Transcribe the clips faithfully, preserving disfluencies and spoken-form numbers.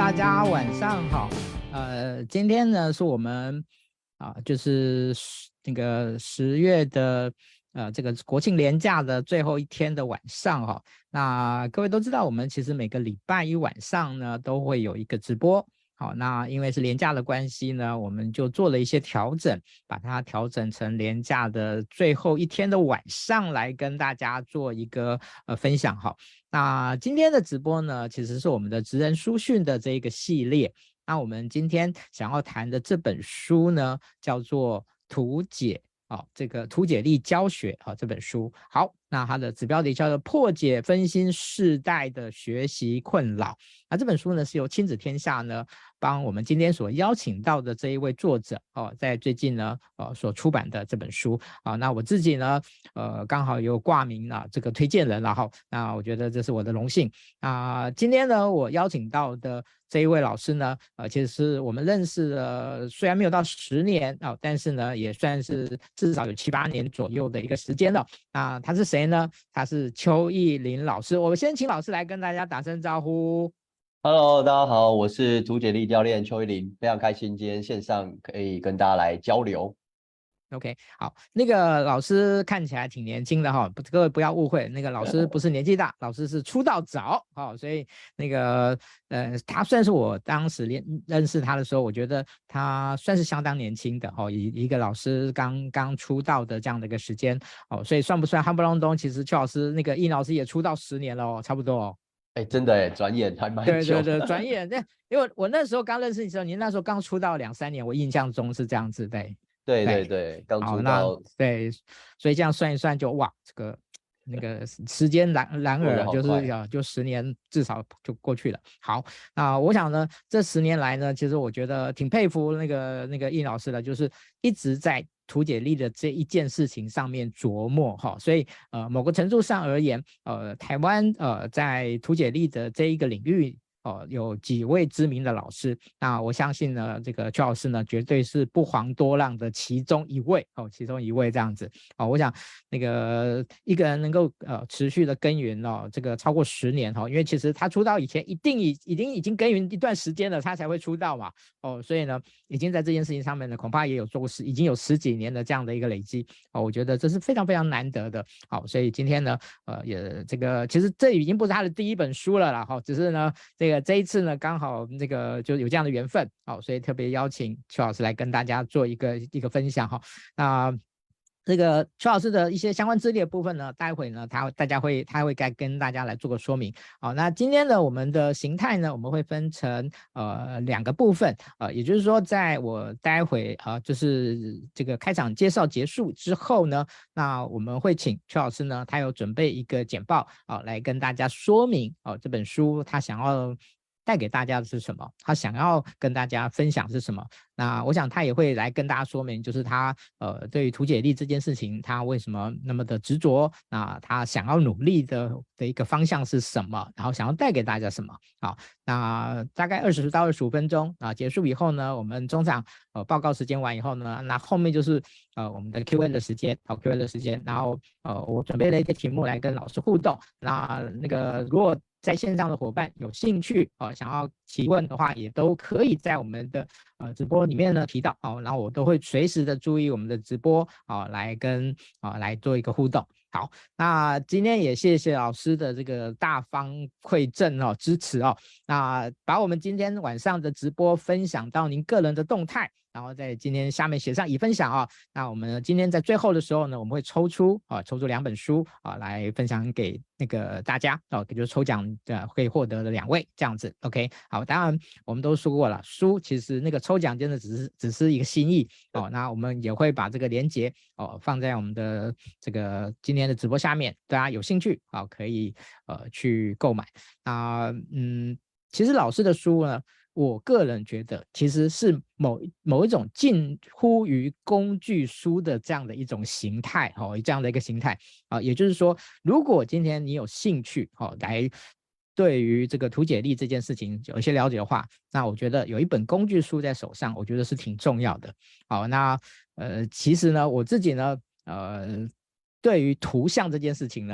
大家晚上好。呃，今天呢是我们啊、就是那个十月的呃这个国庆连假的最后一天的晚上哈、那各位都知道，我们其实每个礼拜一晚上呢都会有一个直播。好，那因为是连假的关系呢，我们就做了一些调整，把它调整成连假的最后一天的晚上来跟大家做一个呃分享哈。那今天的直播呢，其实是我们的职人书讯的这个系列。那我们今天想要谈的这本书呢，叫做《图解》哦，这个图解力教学啊、哦、这本书。好，那它的子标题叫做《破解分心世代的学习困扰》。那这本书呢，是由亲子天下呢帮我们今天所邀请到的这一位作者哦，在最近呢呃所出版的这本书啊。那我自己呢呃刚好有挂名啊这个推荐人，然后那我觉得这是我的荣幸啊。今天呢我邀请到的这一位老师呢，呃，其实是我们认识了，虽然没有到十年啊、哦，但是呢，也算是至少有七八年左右的一个时间了。那他是谁呢？他是邱奕霖老师。我们先请老师来跟大家打声招呼。 Hello，大家好，我是图解力教练邱奕霖，非常开心今天线上可以跟大家来交流。 OK， 好，那个老师看起来挺年轻的哈，各位不要误会，那个老师不是年纪大，老师是出道早，好，所以那个呃，他算是我当时认识他的时候，我觉得他算是相当年轻的哦，一一个老师刚刚出道的这样的一个时间哦，所以算不算夯不隆咚？其实邱老师那个易老师也出道十年了哦，差不多哦。 哎，真的哎，转眼还蛮久的。 对对对，转眼，因为我那时候刚认识你的时候，你那时候刚出道两三年，我印象中是这样子，对。 对对对， 对，刚好，那出道， 对，所以这样算一算就哇，这个那个时间然然过得而就是好快。 要就十年至少就过去了。好，那我想呢，这十年来呢，其实我觉得挺佩服那个那个易老师的，就是一直在图解力的这一件事情上面琢磨哈，所以呃某个程度上而言，呃台湾呃在图解力的这一个领域。哦，有几位知名的老师，那我相信呢，这个邱老师呢，绝对是不遑多让的其中一位哦，其中一位这样子哦。我想那个一个人能够呃持续的耕耘哦，这个超过十年哦，因为其实他出道以前一定已已经已经耕耘一段时间了，他才会出道嘛哦，所以呢，已经在这件事情上面呢，恐怕也有做过十，已经有十几年的这样的一个累积哦，我觉得这是非常非常难得的。好，所以今天呢，呃，也这个其实这已经不是他的第一本书了啦，哈、哦，只是呢这个。这一次呢，刚好这个就有这样的缘分，好、哦，所以特别邀请邱老师来跟大家做一个一个分享哈、哦。那这个邱老师的一些相关资历的部分呢，待会呢他大家会他会该跟大家来做个说明。好、哦，那今天呢我们的形态呢，我们会分成呃两个部分，呃，也就是说，在我待会啊、呃、就是这个开场介绍结束之后呢，那我们会请邱老师呢，他有准备一个简报啊、呃，来跟大家说明哦、呃、这本书他想要带给大家的是什么，他想要跟大家分享是什么。那我想他也会来跟大家说明，就是他呃对于图解力这件事情，他为什么那么的执着，那他想要努力的的一个方向是什么，然后想要带给大家什么。好，那大概二十到二十五分钟啊，结束以后呢，我们中场呃报告时间完以后呢，那后面就是呃我们的 Q and A 的时间，好 Q and A 的时间，然后呃我准备了一个题目来跟老师互动。那那个如果在线上的伙伴有兴趣呃想要提问的话，也都可以在我们的呃直播里面呢提到哦，然后我都会随时的注意我们的直播啊、哦，来跟啊、呃、来做一个互动。好，那今天也谢谢老师的这个大方馈赠哦，支持哦，那把我们今天晚上的直播分享到您个人的动态，然后在今天下面写上已分享啊、哦。那我们今天在最后的时候呢，我们会抽出啊、哦，抽出两本书啊、哦、来分享给那个大家哦，也就是抽奖的可以获得的两位这样子。OK， 好，当然我们都说过了，书其实那个抽奖真的只是只是一个心意哦。那我们也会把这个连结哦放在我们的这个今天的直播下面，大家有兴趣啊、哦、可以呃去购买。啊、呃、嗯，其实老师的书呢，我个人觉得其实是某某一种近乎于工具书的这样的一种形态哦，这样的一个形态啊、呃，也就是说，如果今天你有兴趣哦来对于这个图解力这件事情有一些了解的话，那我觉得有一本工具书在手上，我觉得是挺重要的。好，那呃，其实呢，我自己呢，呃，对于图像这件事情呢，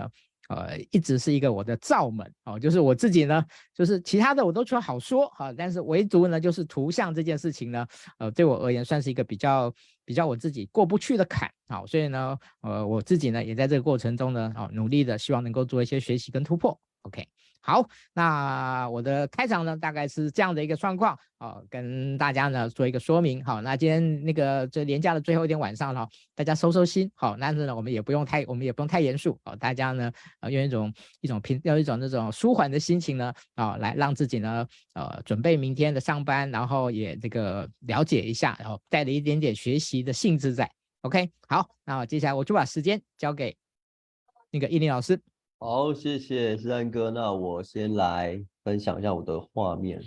呃一直是一个我的罩门哦，就是我自己呢，就是其他的我都觉得好说啊，但是唯独呢就是图像这件事情呢，呃对我而言算是一个比较比较我自己过不去的坎，好，所以呢，呃我自己呢也在这个过程中呢，哦努力的希望能够做一些学习跟突破。OK，好，那我的开场呢大概是这样的一个状况，哦，跟大家呢做一个说明。好，那今天那个这连假的最后一天晚上了，大家收收心。好，但是呢我们也不用太我们也不用太严肃，哦，大家呢呃用一种一种平用一种那种舒缓的心情呢，啊、哦、来让自己呢呃准备明天的上班，然后也这个了解一下，然后带了一点点学习的性质在。OK， 好，那接下来我就把时间交给那个依林老师。 好，谢谢诗安哥。那我先来分享一下我的画面。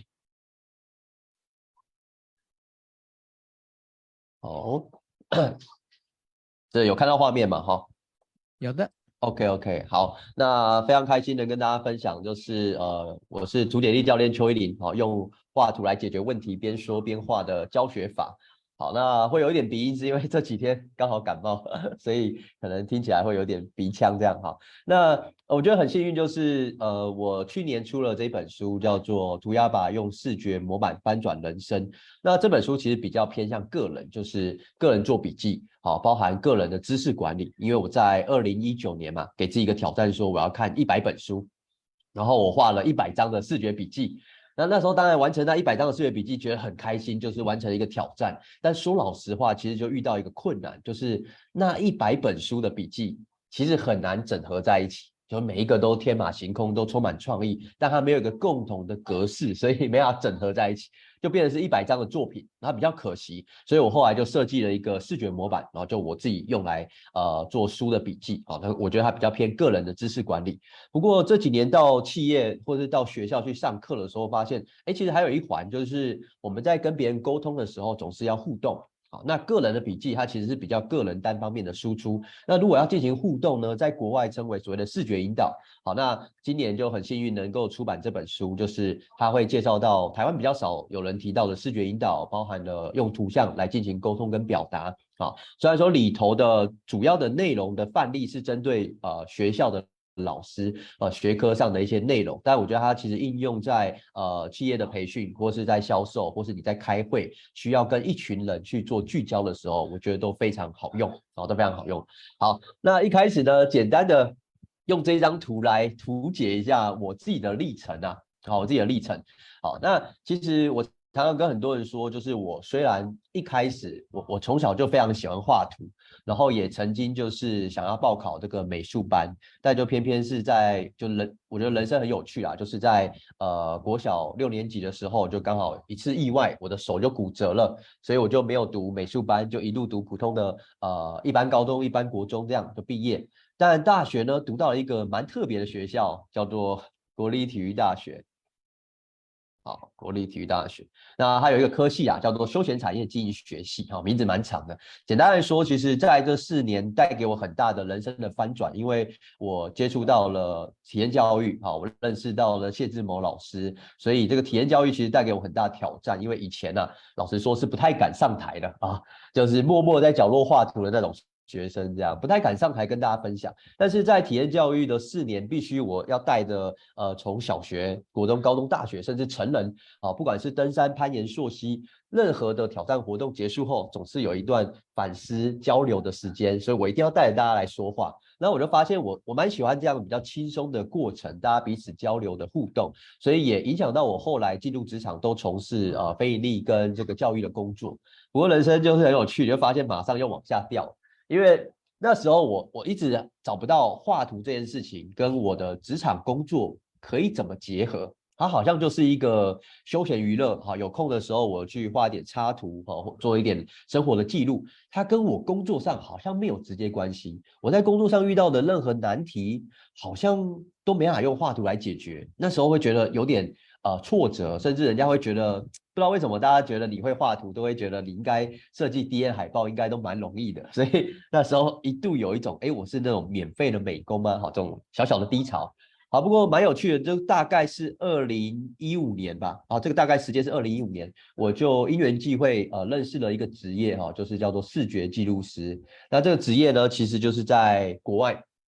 好，这有看到画面吗？哈， 有的。 OK OK，好，那非常开心的跟大家分享，就是呃，我是图解力教练邱一林，好，用画图来解决问题，边说边画的教学法。好，那会有一点鼻音，是因为这几天刚好感冒，所以可能听起来会有点鼻腔这样哈。那我觉得很幸运，就是呃，我去年出了这本书，叫做《涂鸦吧，用视觉模板翻转人生》。那这本书其实比较偏向个人，就是个人做笔记，好，包含个人的知识管理。因为我在二零一九年嘛，给自己一个挑战，说我要看一百本书，然后我画了一百张的视觉笔记。那那时候当然完成那一百张的视觉笔记，觉得很开心，就是完成了一个挑战。但说老实话，其实就遇到一个困难，就是那一百本书的笔记其实很难整合在一起。就每一个都天马行空，都充满创意，但它没有一个共同的格式，所以没法整合在一起，就变成是一百张的作品，然后比较可惜。所以我后来就设计了一个视觉模板，然后就我自己用来呃做书的笔记啊，那我觉得它比较偏个人的知识管理。不过这几年到企业或是到学校去上课的时候，发现，哎，其实还有一环就是我们在跟别人沟通的时候，总是要互动。好，那个人的笔记它其实是比较个人单方面的输出。那如果要进行互动呢，在国外称为所谓的视觉引导。好，那今年就很幸运能够出版这本书，就是它会介绍到台湾比较少有人提到的视觉引导，包含了用图像来进行沟通跟表达。好，虽然说里头的主要的内容的范例是针对呃学校的老师呃学科上的一些内容，但我觉得它其实应用在呃企业的培训，或是在销售，或是你在开会需要跟一群人去做聚焦的时候，我觉得都非常好用，哦，都非常好用。好，那一开始呢，简单的用这张图来图解一下我自己的历程啊，好，我自己的历程。好，那其实我常常跟很多人说，就是我虽然一开始我我从小就非常喜欢画图，然后也曾经就是想要报考这个美术班，但就偏偏是在就人，我觉得人生很有趣啊，就是在呃国小六年级的时候，就刚好一次意外，我的手就骨折了，所以我就没有读美术班，就一路读普通的呃一般高中、一般国中这样就毕业。但大学呢，读到了一个蛮特别的学校，叫做国立体育大学。好，国立体育大学，那它有一个科系啊，叫做休闲产业经营学系，好，名字蛮长的。简单来说，其实在这四年带给我很大的人生的翻转，因为我接触到了体验教育，好，我认识到了谢志谋老师，所以这个体验教育其实带给我很大挑战，因为以前啊，老实说是不太敢上台的啊，就是默默在角落画图的那种学生，这样不太敢上台跟大家分享。但是在体验教育的四年，必须我要带着呃从小学、国中、高中、大学，甚至成人啊，不管是登山、攀岩、溯溪，任何的挑战活动结束后，总是有一段反思交流的时间，所以我一定要带着大家来说话。然后我就发现我我蛮喜欢这样比较轻松的过程，大家彼此交流的互动，所以也影响到我后来进入职场都从事呃非营利跟这个教育的工作。不过人生就是很有趣，就发现马上又往下掉。因为那时候我我一直找不到画图这件事情跟我的职场工作可以怎么结合，它好像就是一个休闲娱乐，哈，有空的时候我去画点插图，哈，做一点生活的记录，它跟我工作上好像没有直接关系。我在工作上遇到的任何难题，好像都没法用画图来解决。那时候会觉得有点呃挫折，甚至人家会觉得。不知道为什么大家觉得你会画图，都会觉得你应该设计 D N 海报应该都蛮容易的，所以那时候一度有一种，哎，我是那种免费的美工吗？好，这种小小的低潮。好，不过蛮有趣的，就大概是二零一五年吧，啊，这个大概时间是二零一五年，我就因缘际会呃认识了一个职业哈，就是叫做视觉记录师。那这个职业呢，其实就是在国外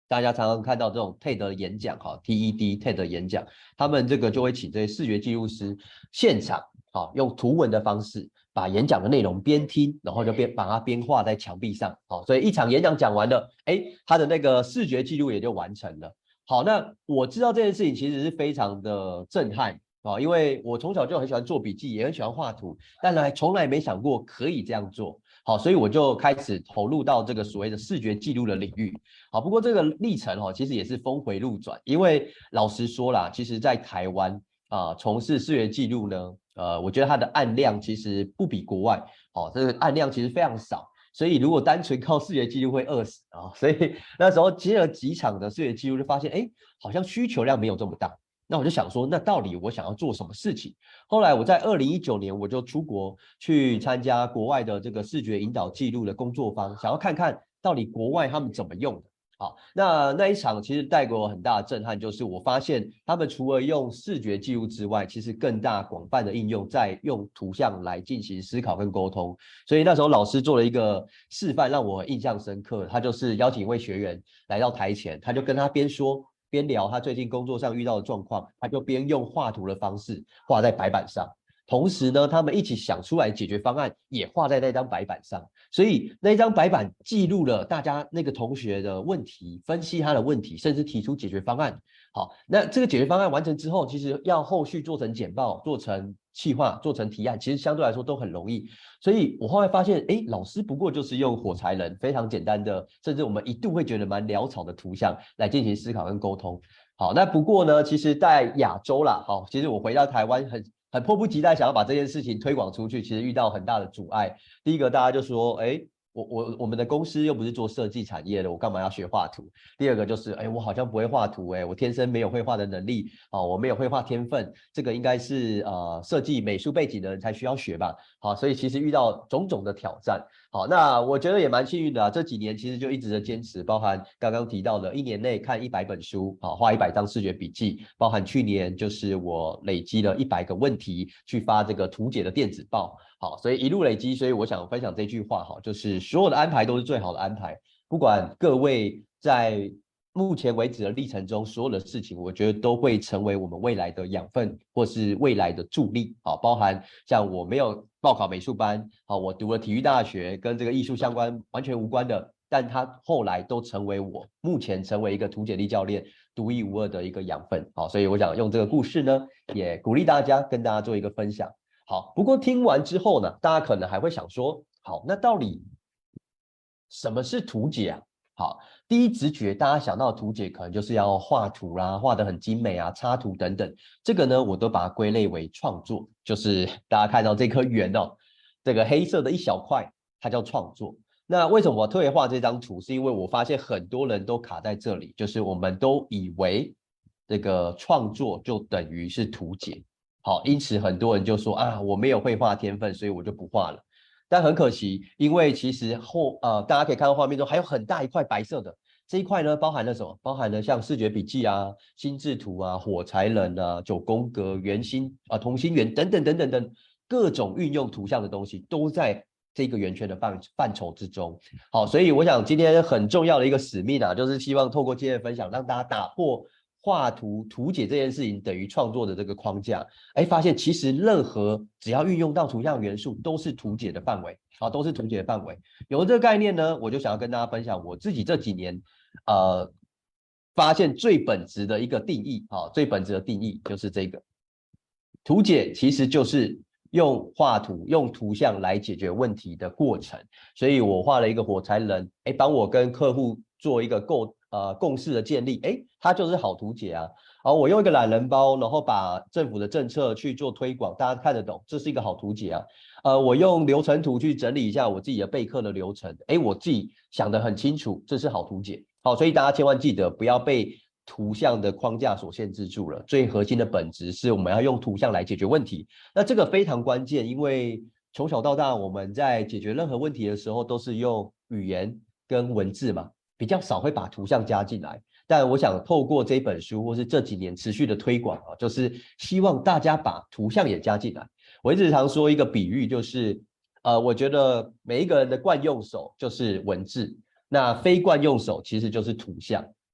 大家常常看到这种 TED 的演讲哈 ，T E D TED 的演讲，他们这个就会请这些视觉记录师现场好用图文的方式把演讲的内容边听，然后就边把它边画在墙壁上，好，所以一场演讲讲完了，哎，他的那个视觉记录也就完成了。好，那我知道这件事情其实是非常的震撼啊，因为我从小就很喜欢做笔记，也很喜欢画图，但来从来没想过可以这样做。好，所以我就开始投入到这个所谓的视觉记录的领域。好，不过这个历程哦，其实也是峰回路转，因为老实说啦，其实在台湾啊、呃，从事视觉记录呢，呃，我觉得它的案量其实不比国外，哦，这个案量其实非常少。所以如果单纯靠视觉记录会饿死啊、哦，所以那时候接了几场的视觉记录，就发现哎，好像需求量没有这么大。那我就想说，那到底我想要做什么事情？后来我在二零一九年我就出国去参加国外的这个视觉引导记录的工作坊，想要看看到底国外他们怎么用的。好，那那一场其实带给我很大的震撼，就是我发现他们除了用视觉记录之外，其实更大广泛的应用在用图像来进行思考跟沟通。所以那时候老师做了一个示范，让我印象深刻。他就是邀请一位学员来到台前，他就跟他边说边聊他最近工作上遇到的状况，他就边用画图的方式画在白板上。同时呢，他们一起想出来解决方案，也画在那张白板上。所以那张白板记录了大家那个同学的问题，分析他的问题，甚至提出解决方案。好，那这个解决方案完成之后，其实要后续做成简报、做成企划、做成提案，其实相对来说都很容易。所以我后来发现，哎，老师不过就是用火柴人非常简单的，甚至我们一度会觉得蛮潦草的图像来进行思考跟沟通。好，那不过呢，其实在亚洲啦，好，其实我回到台湾很。很迫不及待想要把这件事情推广出去，其实遇到很大的阻碍。第一个，大家就说，哎，我我我们的公司又不是做设计产业的，我干嘛要学画图？第二个就是，哎，我好像不会画图，哎，我天生没有绘画的能力，哦，我没有绘画天分，这个应该是呃设计美术背景的人才需要学吧？好，所以其实遇到种种的挑战。好，那我觉得也蛮幸运的啊，这几年其实就一直的坚持，包含刚刚提到的一年内看一百本书，好，画一百张视觉笔记，包含去年就是我累积了一百个问题去发这个图解的电子报，好，所以一路累积，所以我想分享这句话，哈，就是所有的安排都是最好的安排，不管各位在目前为止的历程中，所有的事情，我觉得都会成为我们未来的养分，或是未来的助力。好，包含像我没有报考美术班，好，我读了体育大学，跟这个艺术相关完全无关的，但它后来都成为我目前成为一个图解力教练独一无二的一个养分。好，所以我想用这个故事呢，也鼓励大家跟大家做一个分享。好，不过听完之后呢，大家可能还会想说，好，那到底什么是图解啊？好，第一直觉大家想到的图解可能就是要画图啦，画得很精美啊，插图等等。这个呢，我都把它归类为创作，就是大家看到这颗圆哦，这个黑色的一小块，它叫创作。那为什么我特别画这张图？是因为我发现很多人都卡在这里，就是我们都以为这个创作就等于是图解。好，因此很多人就说啊，我没有绘画天分，所以我就不画了。但很可惜，因为其实后呃，大家可以看到画面中还有很大一块白色的，这一块呢包含了什么？包含了像视觉笔记啊、心智图啊、火柴人啊、九宫格、圆心啊、同心圆等等等等等各种运用图像的东西，都在这个圆圈的范范畴之中。好，所以我想今天很重要的一个使命啊，就是希望透过今天的分享，让大家打破画图图解这件事情等于创作的这个框架，哎，发现其实任何只要运用到图像元素，都是图解的范围，啊，都是图解的范围。有了这个概念呢，我就想要跟大家分享我自己这几年，呃，发现最本质的一个定义，啊，最本质的定义就是这个，图解其实就是用画图、用图像来解决问题的过程。所以我画了一个火柴人，哎，帮我跟客户做一个构呃共识的建立，哎，它就是好图解啊。好，我用一个懒人包，然后把政府的政策去做推广，大家看得懂，这是一个好图解啊。呃，我用流程图去整理一下我自己的备课的流程，哎，我自己想得很清楚，这是好图解。好，所以大家千万记得不要被图像的框架所限制住了，最核心的本质是我们要用图像来解决问题。那这个非常关键，因为从小到大我们在解决任何问题的时候都是用语言跟文字嘛，比较少会把图像加进来。但我想透过这本书或是这几年持续的推广啊，就是希望大家把图像也加进来。我一直常说一个比喻，就是呃，我觉得每一个人的惯用手就是文字，那非惯用手其实就是图像。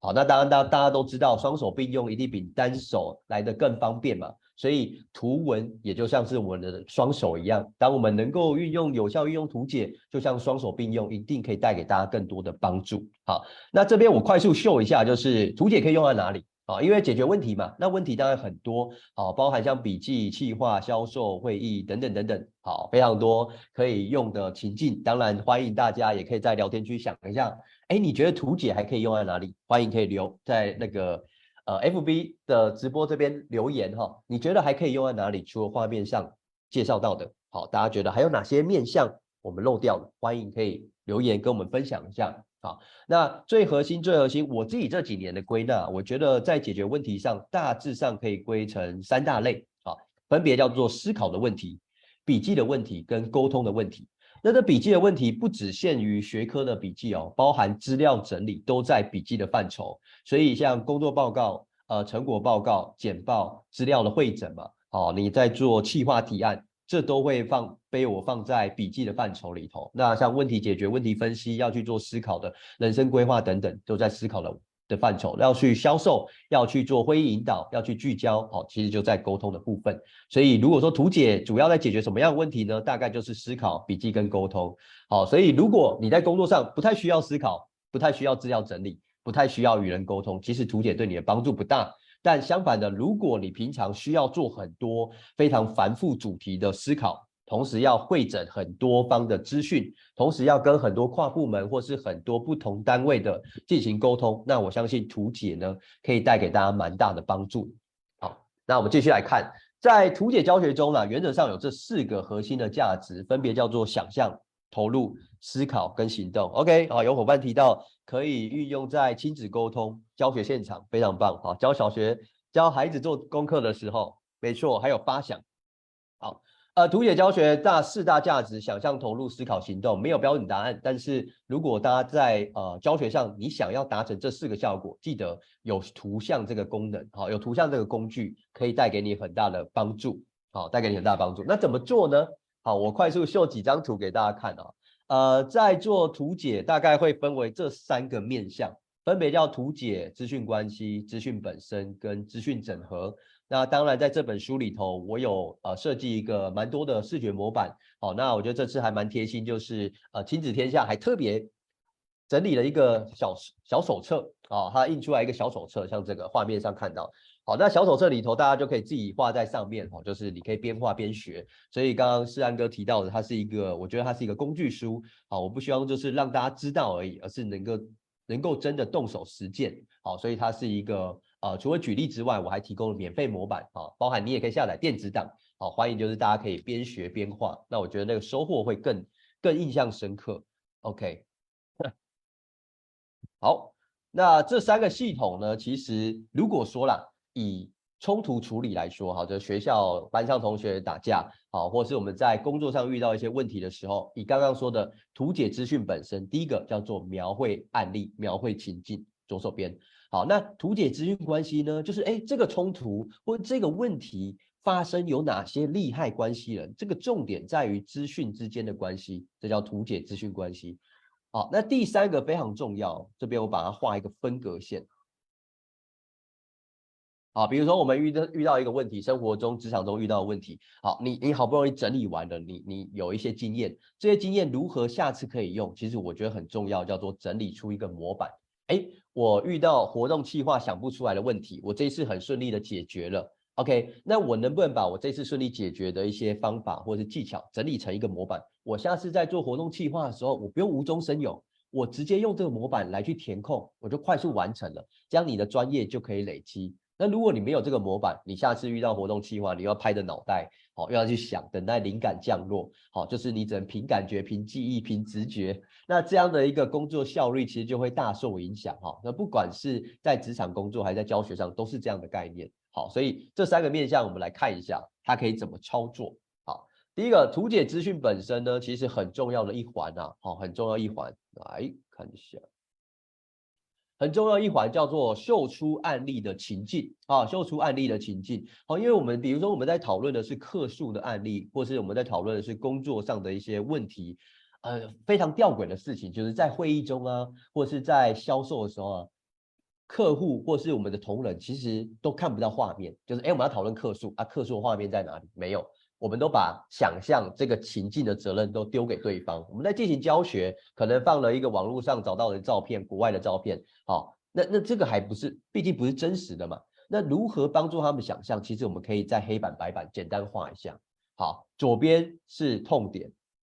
好，那当然大大家都知道，双手并用一定比单手来得更方便嘛。所以图文也就像是我们的双手一样，当我们能够运用有效运用图解，就像双手并用，一定可以带给大家更多的帮助。好，那这边我快速秀一下，就是图解可以用在哪里啊？因为解决问题嘛，那问题当然很多，好，包含像笔记、企划、销售、会议等等等等，好，非常多可以用的情境。当然欢迎大家也可以在聊天区想一下，哎，你觉得图解还可以用在哪里？欢迎可以留在那个。呃 F B 的直播这边留言哈，你觉得还可以用在哪里？除了画面上介绍到的，好，大家觉得还有哪些面向我们漏掉了？欢迎可以留言跟我们分享一下。好，那最核心最核心，我自己这几年的归纳，我觉得在解决问题上，大致上可以归成三大类，好，分别叫做思考的问题、笔记的问题跟沟通的问题。那这笔记的问题不只限于学科的笔记哦，包含资料整理都在笔记的范畴。所以像工作报告、呃成果报告、简报、资料的汇整嘛，哦，你在做企划提案，这都会放被我放在笔记的范畴里头。那像问题解决、问题分析，要去做思考的人生规划等等，都在思考的的范畴。要去销售，要去做会议引导，要去聚焦，哦，其实就在沟通的部分。所以如果说图解主要在解决什么样的问题呢？大概就是思考、笔记跟沟通。好，所以如果你在工作上不太需要思考，不太需要资料整理，不太需要与人沟通，其实图解对你的帮助不大。但相反的，如果你平常需要做很多非常繁复主题的思考，同时要汇整很多方的资讯，同时要跟很多跨部门或是很多不同单位的进行沟通，那我相信图解呢可以带给大家蛮大的帮助。好，那我们继续来看，在图解教学中呢，原则上有这四个核心的价值，分别叫做想象、投入、思考跟行动。OK， 好，有伙伴提到可以运用在亲子沟通、教学现场，非常棒。好，教小学教孩子做功课的时候，没错，还有发想。好，呃，图解教学大四大价值：想象、投入、思考、行动。没有标准答案，但是如果大家在呃教学上你想要达成这四个效果，记得有图像这个功能，好，有图像这个工具可以带给你很大的帮助，好，带给你很大的帮助。那怎么做呢？好，我快速秀几张图给大家看啊。呃，在做图解大概会分为这三个面向，分别叫图解、资讯关系、资讯本身跟资讯整合。那当然，在这本书里头，我有呃设计一个蛮多的视觉模板。好，那我觉得这次还蛮贴心，就是呃亲子天下还特别整理了一个小小手册啊，它印出来一个小手册，像这个画面上看到。好，那小手册里头大家就可以自己画在上面，哦，就是你可以边画边学。所以刚刚世安哥提到的，它是一个，我觉得它是一个工具书。好，我不希望就是让大家知道而已，而是能够能够真的动手实践。好，所以它是一个呃，除了举例之外，我还提供了免费模板啊，包含你也可以下载电子档。好，欢迎就是大家可以边学边画，那我觉得那个收获会更更印象深刻。OK， 好，那这三个系统呢，其实如果说啦，以冲突处理来说，好，就是学校班上同学打架，好，或是我们在工作上遇到一些问题的时候，以刚刚说的图解资讯本身，第一个叫做描绘案例、描绘情境，左手边。好，那图解资讯关系呢，就是哎，这个冲突或这个问题发生有哪些利害关系人，这个重点在于资讯之间的关系，这叫图解资讯关系。好，那第三个非常重要，这边我把它画一个分隔线。好，比如说我们遇到遇到一个问题，生活中、职场中遇到的问题，好，你你好不容易整理完了，你你有一些经验，这些经验如何下次可以用？其实我觉得很重要，叫做整理出一个模板。哎，我遇到活动企划想不出来的问题，我这一次很顺利的解决了。OK，那我能不能把我这次顺利解决的一些方法或是技巧整理成一个模板？我下次在做活动企划的时候，我不用无中生有，我直接用这个模板来去填空，我就快速完成了，这样你的专业就可以累积。那如果你没有这个模板，你下次遇到活动企划，你要拍着脑袋，好、哦，又要去想，等待灵感降落，好、哦，就是你只能凭感觉、凭记忆、凭直觉，那这样的一个工作效率其实就会大受影响，哈、哦。那不管是在职场工作还是在教学上，都是这样的概念。好，所以这三个面向我们来看一下，它可以怎么操作。好，第一个图解资讯本身呢，其实很重要的一环啊，好、哦，很重要一环，来看一下。很重要一环叫做秀出案例的情境啊，秀出案例的情境。好，因为我们比如说我们在讨论的是客诉的案例，或是我们在讨论的是工作上的一些问题，呃，非常吊诡的事情，就是在会议中啊，或是在销售的时候啊， 客户或是我们的同仁其实都看不到画面，就是哎，我们要讨论客诉啊，客诉的画面在哪里？没有，我们都把想象这个情境的责任都丢给对方。我们在进行教学，可能放了一个网络上找到的照片，国外的照片，好，那那这个还不是，毕竟不是真实的嘛。那如何帮助他们想象？其实我们可以在黑板白板简单画一下。好，左边是痛点，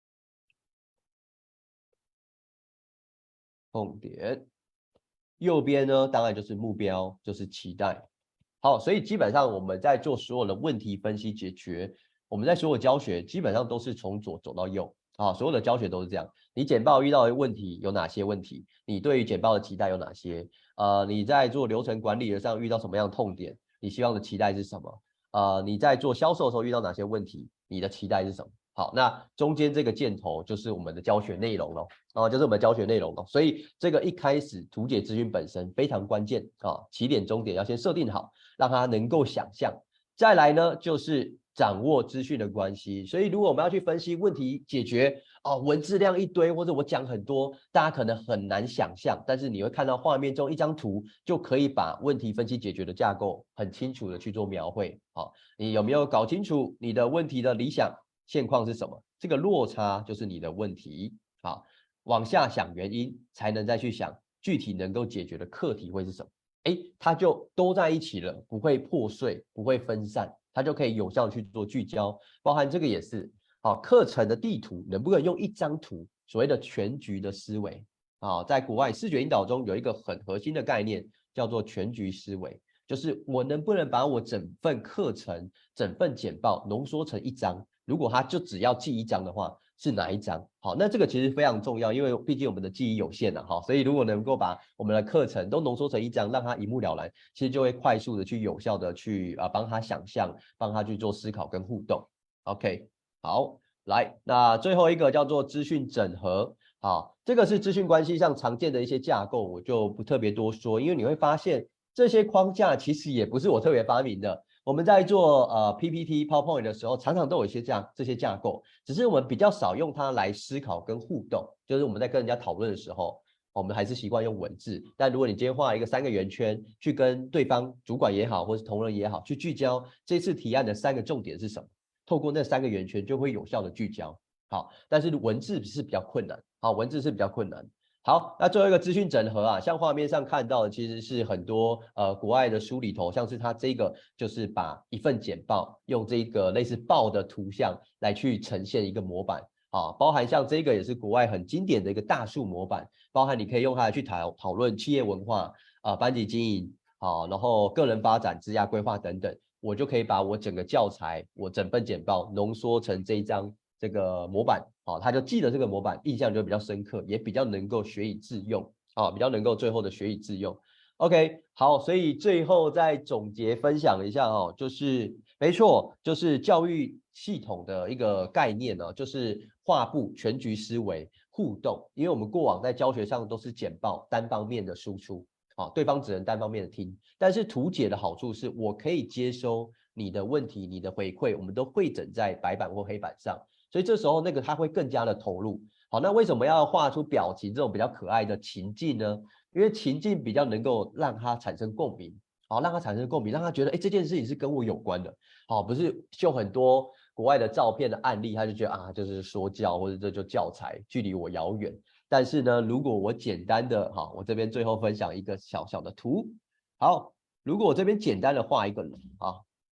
痛点。右边呢，当然就是目标，就是期待。好，所以基本上我们在做所有的问题分析解决，我们在所有教学基本上都是从左走到右啊，所有的教学都是这样。你简报遇到的问题有哪些问题？你对于简报的期待有哪些？呃，你在做流程管理的上遇到什么样的痛点？你希望的期待是什么？呃，你在做销售的时候遇到哪些问题？你的期待是什么？好，那中间这个箭头就是我们的教学内容咯，啊，就是我们的教学内容咯。所以这个一开始图解资讯本身非常关键啊，起点终点要先设定好，让他能够想象。再来呢，就是掌握资讯的关系。所以如果我们要去分析问题解决，哦，文字量一堆，或者我讲很多，大家可能很难想象，但是你会看到画面中一张图就可以把问题分析解决的架构很清楚的去做描绘。好，你有没有搞清楚你的问题的理想现况是什么？这个落差就是你的问题。好，往下想原因，才能再去想具体能够解决的课题会是什么。哎，它就都在一起了，不会破碎，不会分散，它就可以有效去做聚焦。包含这个也是，好，课程的地图能不能用一张图，所谓的全局的思维啊，在国外视觉引导中有一个很核心的概念，叫做全局思维。就是我能不能把我整份课程、整份简报浓缩成一张？如果他就只要记一张的话，是哪一张？好，那这个其实非常重要，因为毕竟我们的记忆有限啊，哈，所以如果能够把我们的课程都浓缩成一张，让他一目了然，其实就会快速的去有效的去啊帮他想象，帮他去做思考跟互动。OK， 好，来，那最后一个叫做资讯整合。好，这个是资讯关系上常见的一些架构，我就不特别多说，因为你会发现。这些框架其实也不是我特别发明的，我们在做呃 P P T、PowerPoint 的时候，常常都有一些这样这些架构，只是我们比较少用它来思考跟互动。就是我们在跟人家讨论的时候，我们还是习惯用文字。但如果你今天画一个三个圆圈，去跟对方主管也好，或是同仁也好，去聚焦这次提案的三个重点是什么，透过那三个圆圈就会有效的聚焦。好，但是文字是比较困难，好，文字是比较困难。好，那最后一个资讯整合啊，像画面上看到的，其实是很多呃国外的书里头，像是它这个就是把一份简报用这个类似报的图像来去呈现一个模板啊，包含像这个也是国外很经典的一个大树模板，包含你可以用它来去讨讨论企业文化啊、班级经营啊，然后个人发展、职业规划等等，我就可以把我整个教材、我整份简报浓缩成这一张。这个模板，好、哦，他就记得这个模板，印象就比较深刻，也比较能够学以致用，啊、哦，比较能够最后的学以致用。OK， 好，所以最后再总结分享一下哦，就是没错，就是教育系统的一个概念呢、哦，就是画布、全局思维、互动，因为我们过往在教学上都是简报单方面的输出，啊、哦，对方只能单方面的听，但是图解的好处是我可以接收你的问题、你的回馈，我们都汇整在白板或黑板上。所以这时候那个他会更加的投入。好，那为什么要画出表情这种比较可爱的情境呢？因为情境比较能够让他产生共鸣，好，让他产生共鸣，让他觉得，哎，这件事情是跟我有关的，好，不是秀很多国外的照片的案例，他就觉得啊，就是说教或者这就教材，距离我遥远。但是呢，如果我简单的，好，我这边最后分享一个小小的图，好，如果我这边简单的画一个人，啊。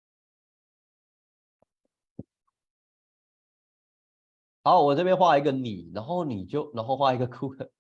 好，我这边画一个你，然后你就，然后画一个哭的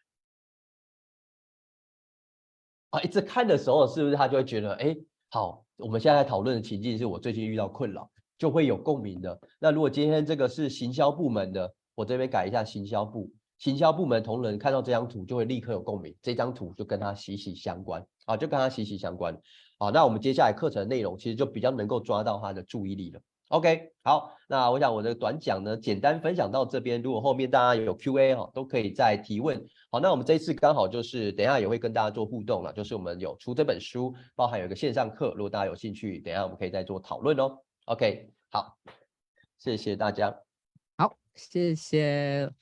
啊，一直看的时候，是不是他就会觉得，哎，好，我们现在讨论的情境是我最近遇到困扰，就会有共鸣的。那如果今天这个是行销部门的，我这边改一下行销部，行销部门同仁看到这张图就会立刻有共鸣，这张图就跟他息息相关啊，就跟他息息相关。好，那我们接下来课程内容其实就比较能够抓到他的注意力了。OK， 好，那我想我的短讲呢，简单分享到这边。如果后面大家有 Q A 哈，都可以再提问。好，那我们这一次刚好就是等一下也会跟大家做互动了，就是我们有出这本书，包含有一个线上课，如果大家有兴趣，等一下我们可以再做讨论哦。OK， 好，谢谢大家。 好，谢谢。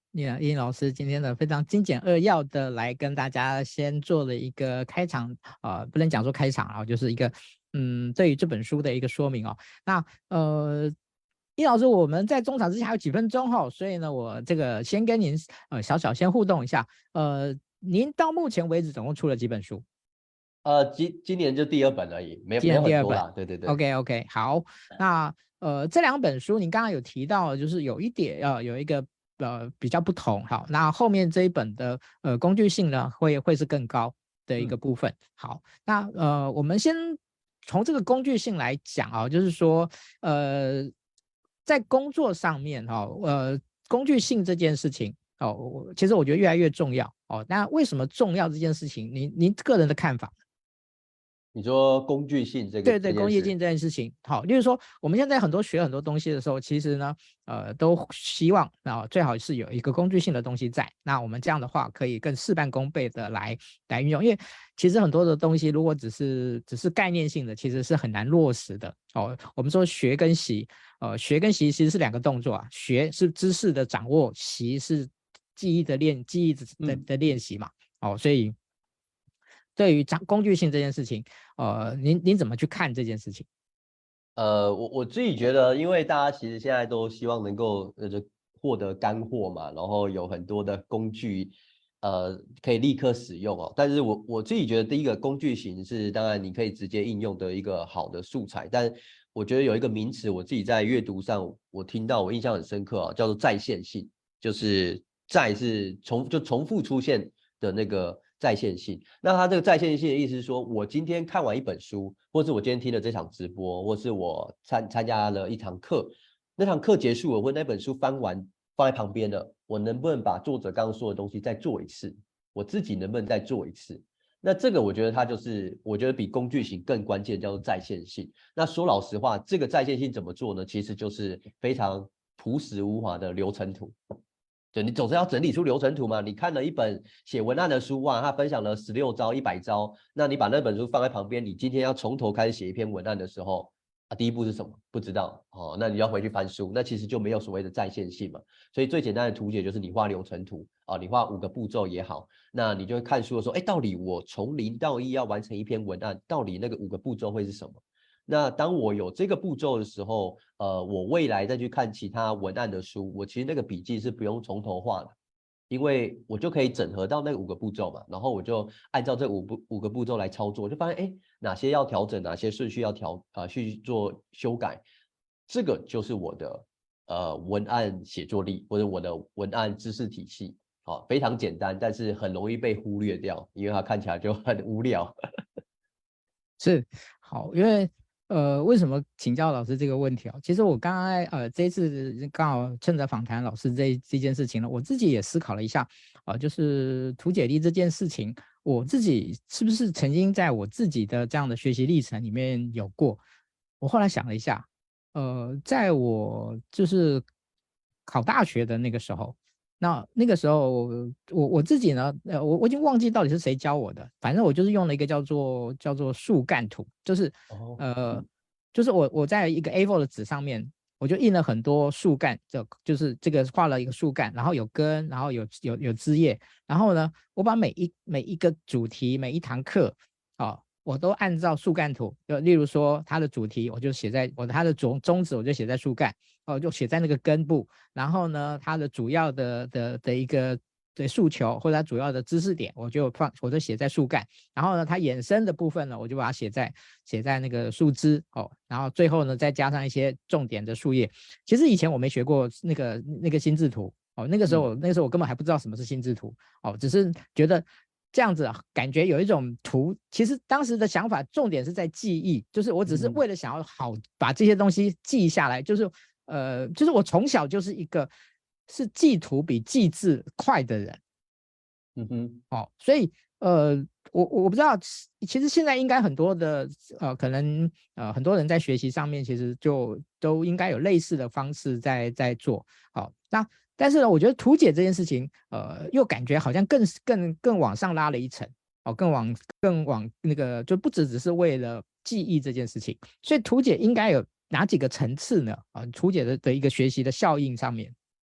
叶叶老师今天的非常精简扼要的来跟大家先做了一个开场，呃，不能讲说开场啊，就是一个嗯，对于这本书的一个说明哦。那呃，叶老师，我们在中场之前还有几分钟哈、哦，所以呢，我这个先跟您呃小小先互动一下。呃，您到目前为止总共出了几本书？ 呃，今今年就第二本而已，没有今没年第二本。 有很多啦。对对对。 OK OK，好，那呃这两本书您刚刚有提到，就是有一点呃有一个呃比较不同，好，那后面这一本的呃工具性呢会会是更高的一个嗯部分。好，那呃我们先从这个工具性来讲啊，就是说呃在工作上面哈、哦，呃工具性这件事情哦，我其实我觉得越来越重要哦。那为什么重要这件事情，您您个人的看法？ 你说工具性这个对对， 这件事。 工业镜这件事情，好，例如说我们现在很多学很多东西的时候，其实呢，呃，都希望啊、最好是有一个工具性的东西在。那我们这样的话，可以更事半功倍的来来运用，因为其实很多的东西，如果只是只是概念性的，其实是很难落实的。哦，我们说学跟习，呃，学跟习其实是两个动作啊，学是知识的掌握，习是记忆的练记忆的嗯。 的练习嘛。哦，所以对于掌工具性这件事情，呃，您您怎么去看这件事情？ 呃，我我自己觉得，因为大家其实现在都希望能够呃就获得干货嘛，然后有很多的工具，呃，可以立刻使用哦。但是我我自己觉得，第一个工具型是当然你可以直接应用的一个好的素材，但我觉得有一个名词，我自己在阅读上我听到我印象很深刻啊，叫做再现性，就是再是重就重复出现的那个在线性。那它这个在线性的意思是说，我今天看完一本书，或是我今天听了这场直播，或是我参参加了一堂课，那堂课结束了，或那本书翻完放在旁边了，我能不能把作者刚刚说的东西再做一次？我自己能不能再做一次？那这个我觉得它就是，我觉得比工具型更关键，叫做在线性。那说老实话，这个在线性怎么做呢？其实就是非常朴实无华的流程图。对，你总是要整理出流程图嘛。你看了一本写文案的书，哇，他分享了十六招、一百招，那你把那本书放在旁边，你今天要从头开始写一篇文案的时候，啊，第一步是什么？不知道哦，那你要回去翻书，那其实就没有所谓的在线性嘛。所以最简单的图解就是你画流程图啊，你画五个步骤也好，那你就会看书的时候，哎，到底我从零到一要完成一篇文案，到底那个五个步骤会是什么？那当我有这个步骤的时候，呃，我未来再去看其他文案的书，我其实那个笔记是不用从头画的，因为我就可以整合到那五个步骤嘛，然后我就按照这五步五个步骤来操作，我就发现哎，哪些要调整，哪些顺序要调啊、呃、去做修改，这个就是我的呃文案写作力或者我的文案知识体系，好、非常简单，但是很容易被忽略掉，因为它看起来就很无聊。 是好，因为呃，为什么请教老师这个问题啊？其实我刚刚呃这一次刚好趁着访谈老师这这件事情呢，我自己也思考了一下啊、呃，就是图解力这件事情，我自己是不是曾经在我自己的这样的学习历程里面有过？我后来想了一下，呃，在我就是考大学的那个时候。那那个时候我我自己呢，呃，我我已经忘记到底是谁教我的，反正我就是用了一个叫做叫做树干图，就是哦。 呃，就是我我在一个 A 四 的纸上面，我就印了很多树干，就就是这个画了一个树干，然后有根，然后有有有枝叶，然后呢，我把每一每一个主题每一堂课，啊、我都按照树干图，就例如说它的主题，我就写在我的它的宗宗旨，我就写在树干，哦，就写在那个根部。然后呢，它的主要的的的一个的诉求或者它主要的知识点，我就放我就写在树干。然后呢，它衍生的部分呢，我就把它写在写在那个树枝哦。然后最后呢，再加上一些重点的树叶。其实以前我没学过那个那个心智图哦，那个时候、嗯、那个时候我根本还不知道什么是心智图哦，只是觉得。这样子啊，感觉有一种图，其实当时的想法重点是在记忆，就是我只是为了想要好把这些东西记下来，就是呃，就是我从小就是一个是记图比记字快的人， 嗯哼。 哦，所以呃，我我不知道，其实现在应该很多的呃，可能呃很多人在学习上面，其实就都应该有类似的方式在在做，好、哦，那。但是呢，我觉得图解这件事情，呃，又感觉好像更更更往上拉了一层，哦，更往更往那个，就不只只是为了记忆这件事情，所以图解应该有哪几个层次呢？啊、呃，图解的的一个学习的效应上面。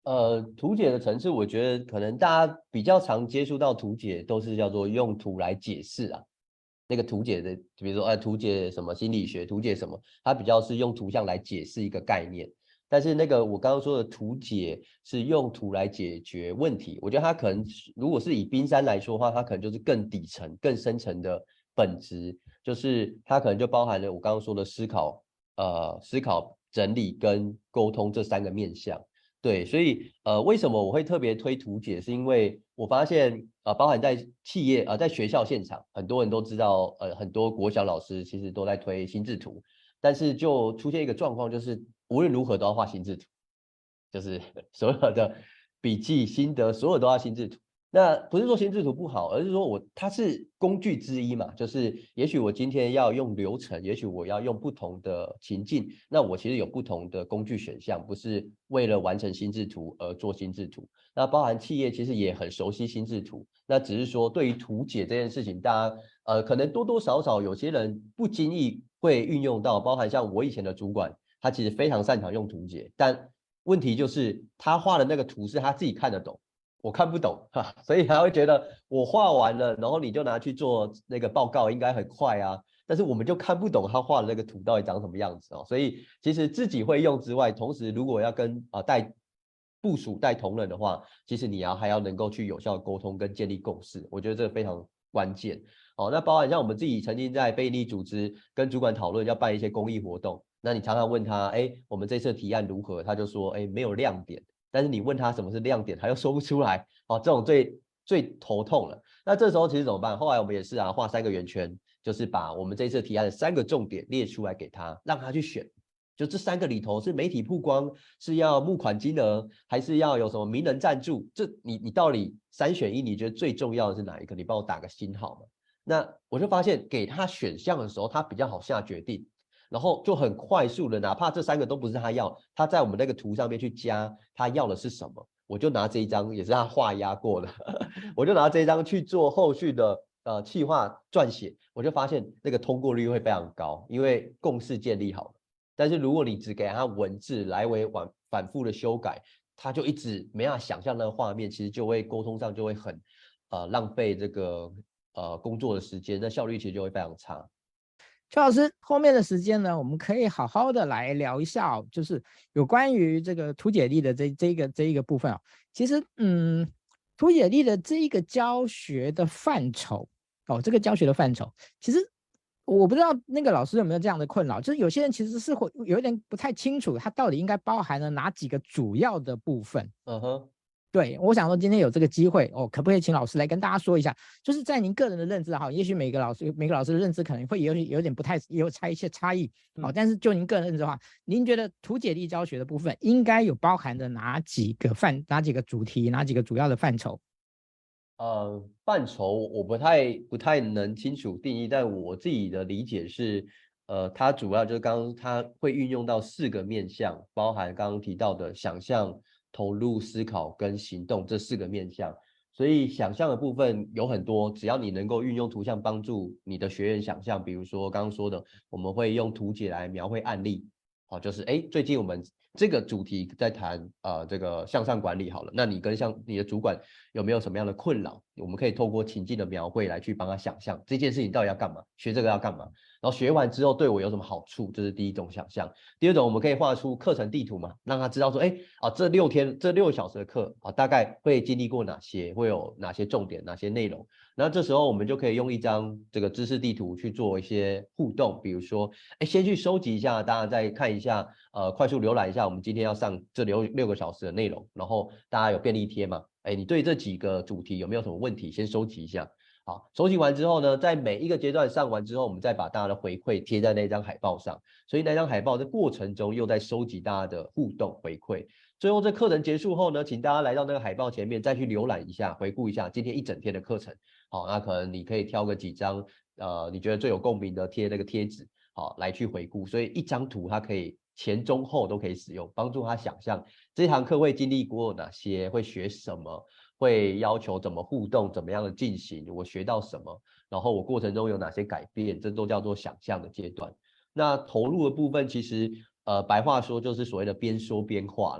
呃，图解的层次，我觉得可能大家比较常接触到图解，都是叫做用图来解释啊。那个图解的，比如说，哎，图解什么心理学，图解什么，它比较是用图像来解释一个概念。但是那个我刚刚说的图解是用图来解决问题，我觉得它可能如果是以冰山来说的话，它可能就是更底层、更深层的本质，就是它可能就包含了我刚刚说的思考、呃，思考、整理跟沟通这三个面向。对，所以呃，为什么我会特别推图解？是因为我发现呃，包含在企业啊、呃，在学校现场，很多人都知道，呃，很多国小老师其实都在推心智图，但是就出现一个状况，就是无论如何都要画心智图，就是所有的笔记心得，所有都要心智图。那不是说心智图不好，而是说我它是工具之一嘛，就是也许我今天要用流程，也许我要用不同的情境，那我其实有不同的工具选项，不是为了完成心智图而做心智图。那包含企业其实也很熟悉心智图，那只是说对于图解这件事情，大家呃可能多多少少有些人不经意会运用到，包含像我以前的主管，他其实非常擅长用图解，但问题就是他画的那个图是他自己看得懂。我看不懂哈，所以他会觉得我画完了，然后你就拿去做那个报告，应该很快啊。但是我们就看不懂他画的那个图到底长什么样子哦。所以其实自己会用之外，同时如果要跟啊、呃、带部署带同仁的话，其实你要还要能够去有效的沟通跟建立共识，我觉得这个非常关键。哦，那包含像我们自己曾经在非营利组织跟主管讨论要办一些公益活动，那你常常问他，哎，我们这次提案如何？他就说，哎，没有亮点。但是你问他什么是亮点，他又说不出来，哦，这种最最头痛了。那这时候其实怎么办？后来我们也是啊，画三个圆圈，就是把我们这次提案的三个重点列出来给他，让他去选。就这三个里头是媒体曝光，是要募款金额，还是要有什么名人赞助？这你你到底三选一，你觉得最重要的是哪一个？你帮我打个星号嘛。那我就发现给他选项的时候，他比较好下决定。然后就很快速的，哪怕这三个都不是他要，他在我们那个图上面去加他要的是什么，我就拿这一张也是他画押过的，我就拿这一张去做后续的呃企划撰写，我就发现那个通过率会非常高，因为共识建立好了。但是如果你只给他文字来回反反复的修改，他就一直没办法想象那个画面，其实就会沟通上就会很呃浪费这个呃工作的时间，那效率其实就会非常差。 邱老师，后面的时间呢，我们可以好好的来聊一下哦，就是有关于这个图解力的这这个这一个部分哦。其实，嗯，图解力的这一个教学的范畴哦，这个教学的范畴，其实我不知道那个老师有没有这样的困扰，就是有些人其实是会有一点不太清楚，它到底应该包含了哪几个主要的部分。 嗯哼。 对，我想说今天有这个机会哦，可不可以请老师来跟大家说一下，就是在您个人的认知哈，也许每个老师每个老师的认知可能会有有点不太也有差一些差异哦，但是就您个人认知的话，您觉得图解力教学的部分应该有包含的哪几个范哪几个主题哪几个主要的范畴？ 呃，范畴我不太不太能清楚定义，但我自己的理解是，呃，它主要就是刚刚它会运用到四个面向，包含刚刚提到的想象、投入、思考跟行动这四个面向。所以想象的部分有很多，只要你能够运用图像帮助你的学员想象，比如说刚刚说的，我们会用图解来描绘案例，好，就是哎，最近我们这个主题在谈呃这个向上管理好了，那你跟像你的主管有没有什么样的困扰？我们可以透过情境的描绘来去帮他想象这件事情到底要干嘛，学这个要干嘛，然后学完之后对我有什么好处，这是第一种想象。第二种，我们可以画出课程地图嘛，让他知道说，哎啊这六天这六小时的课啊大概会经历过哪些，会有哪些重点，哪些内容。那这时候我们就可以用一张这个知识地图去做一些互动，比如说，哎，先去收集一下，大家再看一下，呃，快速浏览一下我们今天要上这六六个小时的内容，然后大家有便利贴嘛？哎，你对这几个主题有没有什么问题？先收集一下。好，收集完之后呢，在每一个阶段上完之后，我们再把大家的回馈贴在那张海报上。所以那张海报在过程中又在收集大家的互动回馈。最后这课程结束后呢，请大家来到那个海报前面，再去浏览一下，回顾一下今天一整天的课程。好，那可能你可以挑个几张，呃，你觉得最有共鸣的贴那个贴纸，好，来去回顾。所以一张图它可以前中后都可以使用，帮助他想象这堂课会经历过哪些，会学什么，会要求怎么互动，怎么样的进行，我学到什么，然后我过程中有哪些改变，这都叫做想象的阶段。那投入的部分，其实呃白话说就是所谓的边说边画了。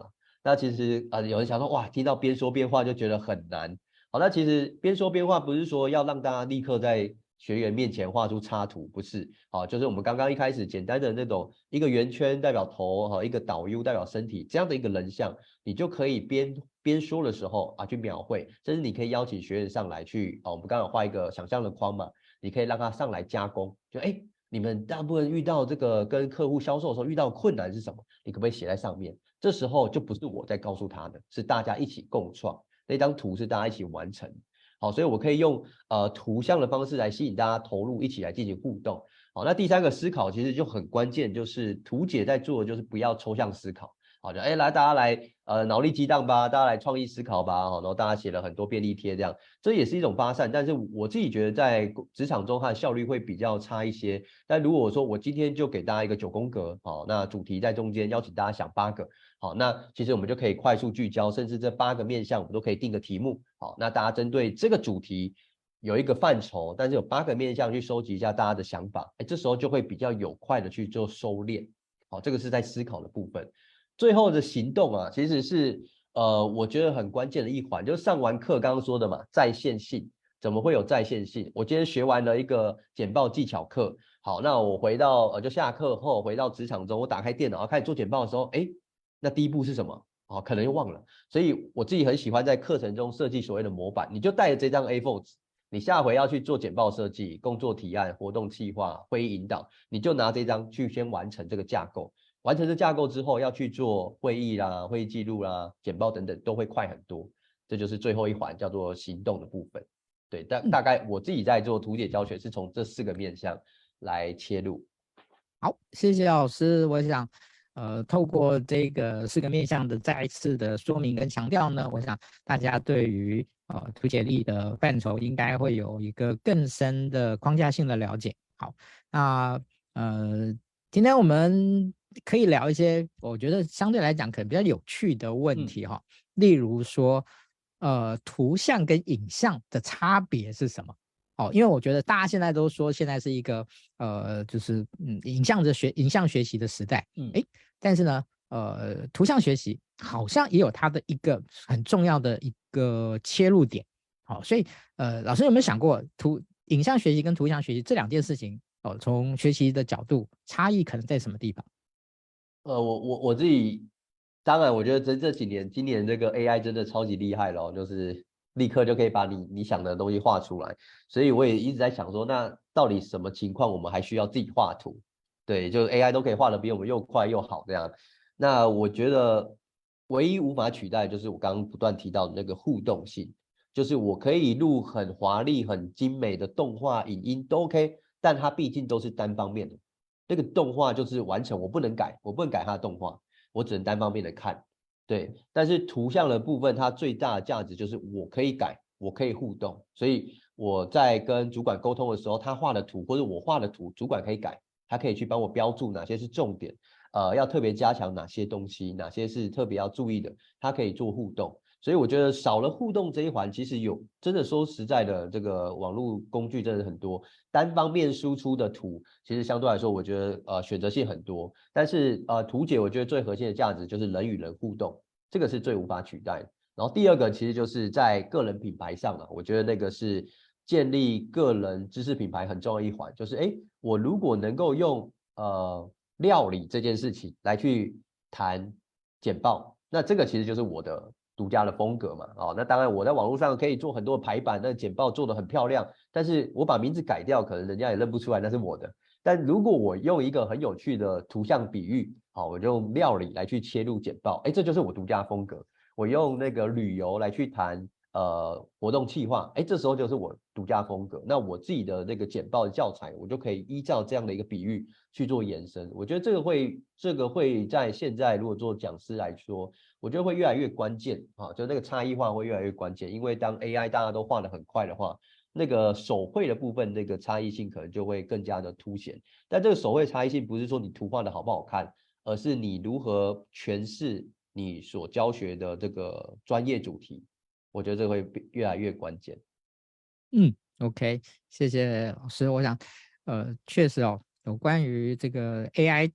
那其实呃有人想说哇，听到边说边画就觉得很难。好，那其实边说边画不是说要让大家立刻在学员面前画出插图，不是。好，就是我们刚刚一开始简单的那种一个圆圈代表头，哈，一个导 U 代表身体这样的一个人像，你就可以边边说的时候啊去描绘，甚至你可以邀请学员上来去，哦，我们刚刚画一个想象的框嘛，你可以让他上来加工，就哎。你们大部分遇到这个跟客户销售的时候遇到困难是什么？你可不可以写在上面？这时候就不是我在告诉他的，是大家一起共创。那张图是大家一起完成。好，所以我可以用呃图像的方式来吸引大家投入，一起来进行互动。好，那第三个思考其实就很关键，就是图解在做的就是不要抽象思考。好的，哎，来大家来呃脑力激荡吧，大家来创意思考吧。好，然后大家写了很多便利贴，这样这也是一种发散。但是我自己觉得在职场中它的效率会比较差一些。但如果说我今天就给大家一个九宫格，好，那主题在中间，邀请大家想八个。好，那其实我们就可以快速聚焦，甚至这八个面向我们都可以定个题目。好，那大家针对这个主题有一个范畴，但是有八个面向去收集一下大家的想法，哎，这时候就会比较有快的去做收敛。好，这个是在思考的部分。最后的行动啊，其实是呃，我觉得很关键的一环，就是上完课刚刚说的嘛，在线性。怎么会有在线性？我今天学完了一个简报技巧课，好，那我回到呃就下课后回到职场中，我打开电脑开始做简报的时候，哎，那第一步是什么？哦，可能又忘了。所以我自己很喜欢在课程中设计所谓的模板，你就带着这张 A 四 纸，你下回要去做简报设计、工作提案、活动企划、会议引导，你就拿这张去先完成这个架构。完成这架构之后，要去做会议啦、会议记录啦、简报等等，都会快很多。这就是最后一环，叫做行动的部分。对，大大概我自己在做图解教学，是从这四个面向来切入。 好，谢谢老师。我想，呃，透过这个四个面向的再一次的说明跟强调呢，我想大家对于呃图解力的范畴应该会有一个更深的框架性的了解。好，那呃，今天我们可以聊一些我觉得相对来讲可能比较有趣的问题哈、嗯，例如说，呃，图像跟影像的差别是什么？哦，因为我觉得大家现在都说现在是一个呃，就是嗯，影像的学影像学习的时代，嗯，哎，但是呢，呃，图像学习好像也有它的一个很重要的一个切入点，好、哦，所以呃，老师有没有想过图影像学习跟图像学习这两件事情哦，从学习的角度差异可能在什么地方？ 呃，我我我自己，当然我觉得这这几年，今年这个 A I 真的超级厉害咯，就是立刻就可以把你你想的东西画出来，所以我也一直在想说，那到底什么情况我们还需要自己画图？对，就是 A I 都可以画的比我们又快又好这样。那我觉得唯一无法取代就是我刚刚不断提到的那个互动性，就是我可以录很华丽、很精美的动画、影音都 OK，但它毕竟都是单方面的。那个动画就是完成，我不能改，我不能改它的动画，我只能单方面的看。对，但是图像的部分，它最大的价值就是我可以改，我可以互动，所以我在跟主管沟通的时候，他画的图或者我画的图，主管可以改，他可以去帮我标注哪些是重点，呃，要特别加强哪些东西，哪些是特别要注意的，他可以做互动。所以我觉得少了互动这一环，其实有真的说实在的，这个网络工具真的很多，单方面输出的图，其实相对来说，我觉得呃选择性很多。但是呃图解，我觉得最核心的价值就是人与人互动，这个是最无法取代的。然后第二个其实就是在个人品牌上了，我觉得那个是建立个人知识品牌很重要一环，就是哎，我如果能够用呃料理这件事情来去谈简报，那这个其实就是我的独家的风格嘛。哦，那当然我在网络上可以做很多的排版，那简报做得很漂亮，但是我把名字改掉，可能人家也认不出来那是我的。但如果我用一个很有趣的图像比喻，好，我就用料理来去切入简报，哎，这就是我独家风格。我用那个旅游来去谈呃活动企划，哎，这时候就是我独家风格。那我自己的那个简报的教材，我就可以依照这样的一个比喻去做延伸。我觉得这个会，这个会在现在如果做讲师来说，我觉得会越来越关键啊，就那个差异化会越来越关键。因为当 A I 大家都画得很快的话，那个手绘的部分那个差异性可能就会更加的凸显。但这个手绘差异性不是说你图画的好不好看，而是你如何诠释你所教学的这个专业主题，我觉得这会越来越关键。 嗯 ，OK， 谢谢老师。我想，呃，确实哦，有关于这个 A I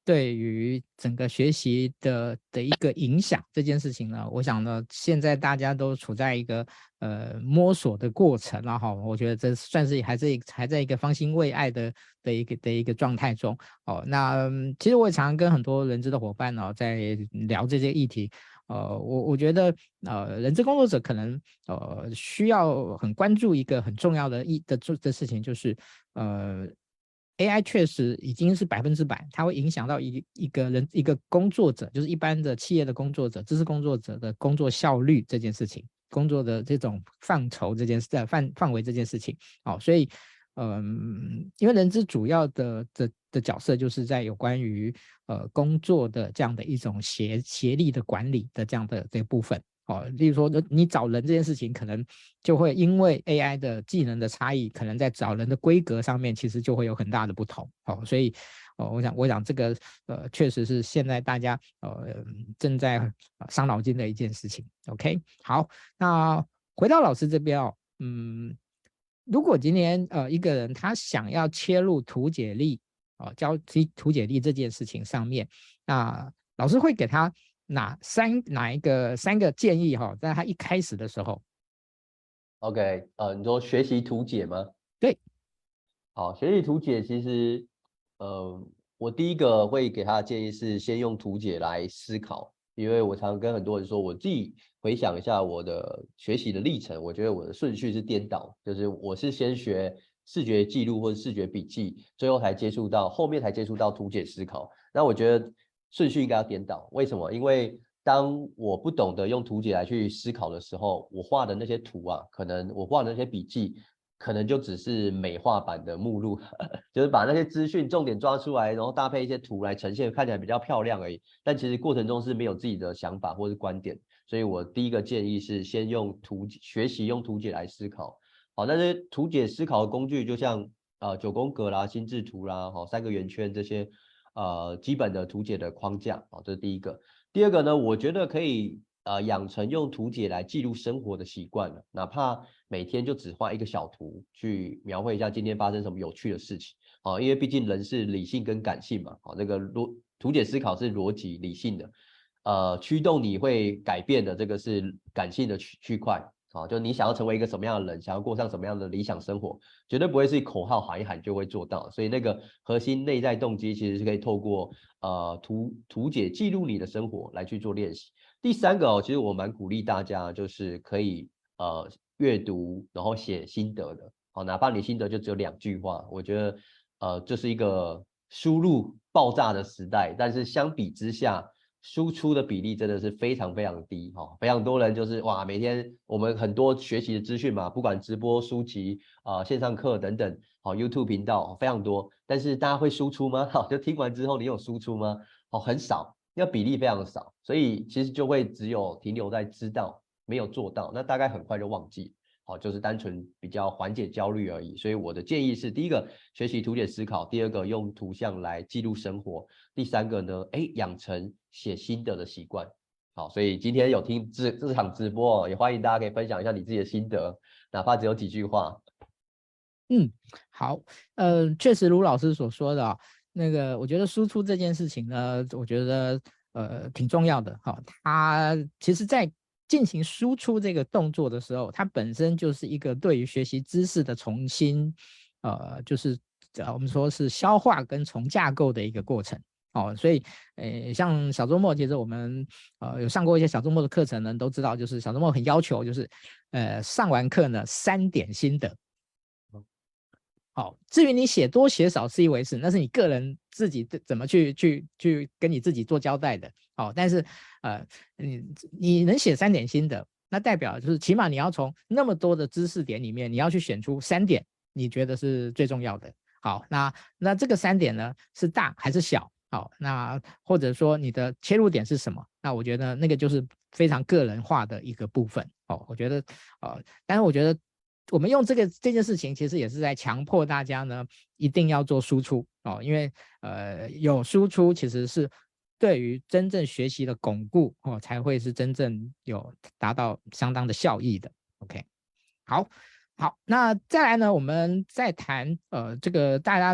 对于整个学习的的一个影响这件事情呢，我想呢，现在大家都处在一个呃摸索的过程了哈，我觉得这算是还是还在一个方兴未艾的的一个的一个状态中哦。那、嗯、其实我也常常跟很多人资的伙伴哦在聊这些议题，呃，我我觉得呃人资工作者可能呃需要很关注一个很重要的一的的的事情，就是呃。A I 确实已经是百分之百，它会影响到一一个人一个工作者，就是一般的企业的工作者、知识工作者的工作效率这件事情，工作的这种范畴这件事呃范范围这件事情。哦，所以嗯，因为人资主要的的的角色就是在有关于呃工作的这样的一种协协力的管理的这样的这个部分。哦，例如说你找人这件事情，可能就会因为 A I 的技能的差异，可能在找人的规格上面，其实就会有很大的不同。哦，所以，哦，我想，我想这个呃，确实是现在大家呃正在伤脑筋的一件事情。OK，好，那回到老师这边哦，嗯，如果今天呃一个人他想要切入图解力哦，教图解力这件事情上面，那老师会给他哪三哪一个三个建议哈、哦，在他一开始的时候。 OK，呃，你说学习图解吗？ 对。 好，学习图解其实，呃，我第一个会给他的建议是先用图解来思考，因为我常跟很多人说，我自己回想一下我的学习的历程，我觉得我的顺序是颠倒，就是我是先学视觉记录或者视觉笔记，最后才接触到后面才接触到图解思考。那我觉得顺序应该要颠倒，为什么？因为当我不懂得用图解来去思考的时候，我画的那些图啊，可能我画的那些笔记。可能就只是美化版的目录，就是把那些资讯重点抓出来，然后搭配一些图来呈现，看起来比较漂亮而已。但其实过程中是没有自己的想法或是观点，所以我第一个建议是先用图学习用图解来思考。好，那些图解思考的工具，就像呃九宫格啦、心智图啦、好三个圆圈这些呃基本的图解的框架，好，这是第一个。第二个呢，我觉得可以呃养成用图解来记录生活的习惯了，哪怕每天就只画一个小图去描绘一下今天发生什么有趣的事情，好，因为毕竟人是理性跟感性嘛，好，那个逻图解思考是逻辑理性的，呃，驱动你会改变的这个是感性的区区块。好，就你想要成为一个什么样的人，想要过上什么样的理想生活，绝对不会是口号喊一喊就会做到。所以那个核心内在动机其实是可以透过呃图图解记录你的生活来去做练习。第三个哦，其实我蛮鼓励大家就是可以呃阅读，然后写心得的。好，哪怕你心得就只有两句话，我觉得呃这是一个输入爆炸的时代，但是相比之下。输出的比例真的是非常非常低哈、哦，非常多人就是哇，每天我们很多学习的资讯嘛，不管直播、书籍、啊、呃、线上课等等，好、哦、YouTube 频道非常多，但是大家会输出吗？好，就听完之后你有输出吗？哦，很少，那比例非常少，所以其实就会只有停留在知道，没有做到，那大概很快就忘记。好，就是单纯比较缓解焦虑而已。所以我的建议是：第一个，学习图解思考；第二个，用图像来记录生活；第三个呢，哎，养成写心得的习惯。好，所以今天有听这这场直播哦，也欢迎大家可以分享一下你自己的心得，哪怕只有几句话。 嗯，好，呃，确实如老师所说的、哦，那个我觉得输出这件事情呢，我觉得呃挺重要的。哈、哦，它其实在进行输出这个动作的时候，它本身就是一个对于学习知识的重新，呃，就是呃我们说是消化跟重架构的一个过程。哦，所以，呃，像小周末，其实我们呃有上过一些小周末的课程呢，都知道，就是小周末很要求，就是呃上完课呢三点心得。好，至于你写多写少是一回事，那是你个人自己怎么去去去跟你自己做交代的。好，但是呃，你你能写三点心得，那代表就是起码你要从那么多的知识点里面，你要去选出三点你觉得是最重要的。好，那那这个三点呢是大还是小？好，那或者说你的切入点是什么？那我觉得那个就是非常个人化的一个部分。哦，我觉得呃，但是我觉得。我们用这个这件事情，其实也是在强迫大家呢，一定要做输出哦，因为呃有输出其实是对于真正学习的巩固哦，才会是真正有达到相当的效益的。OK，好，好，那再来呢，我们再谈呃这个大家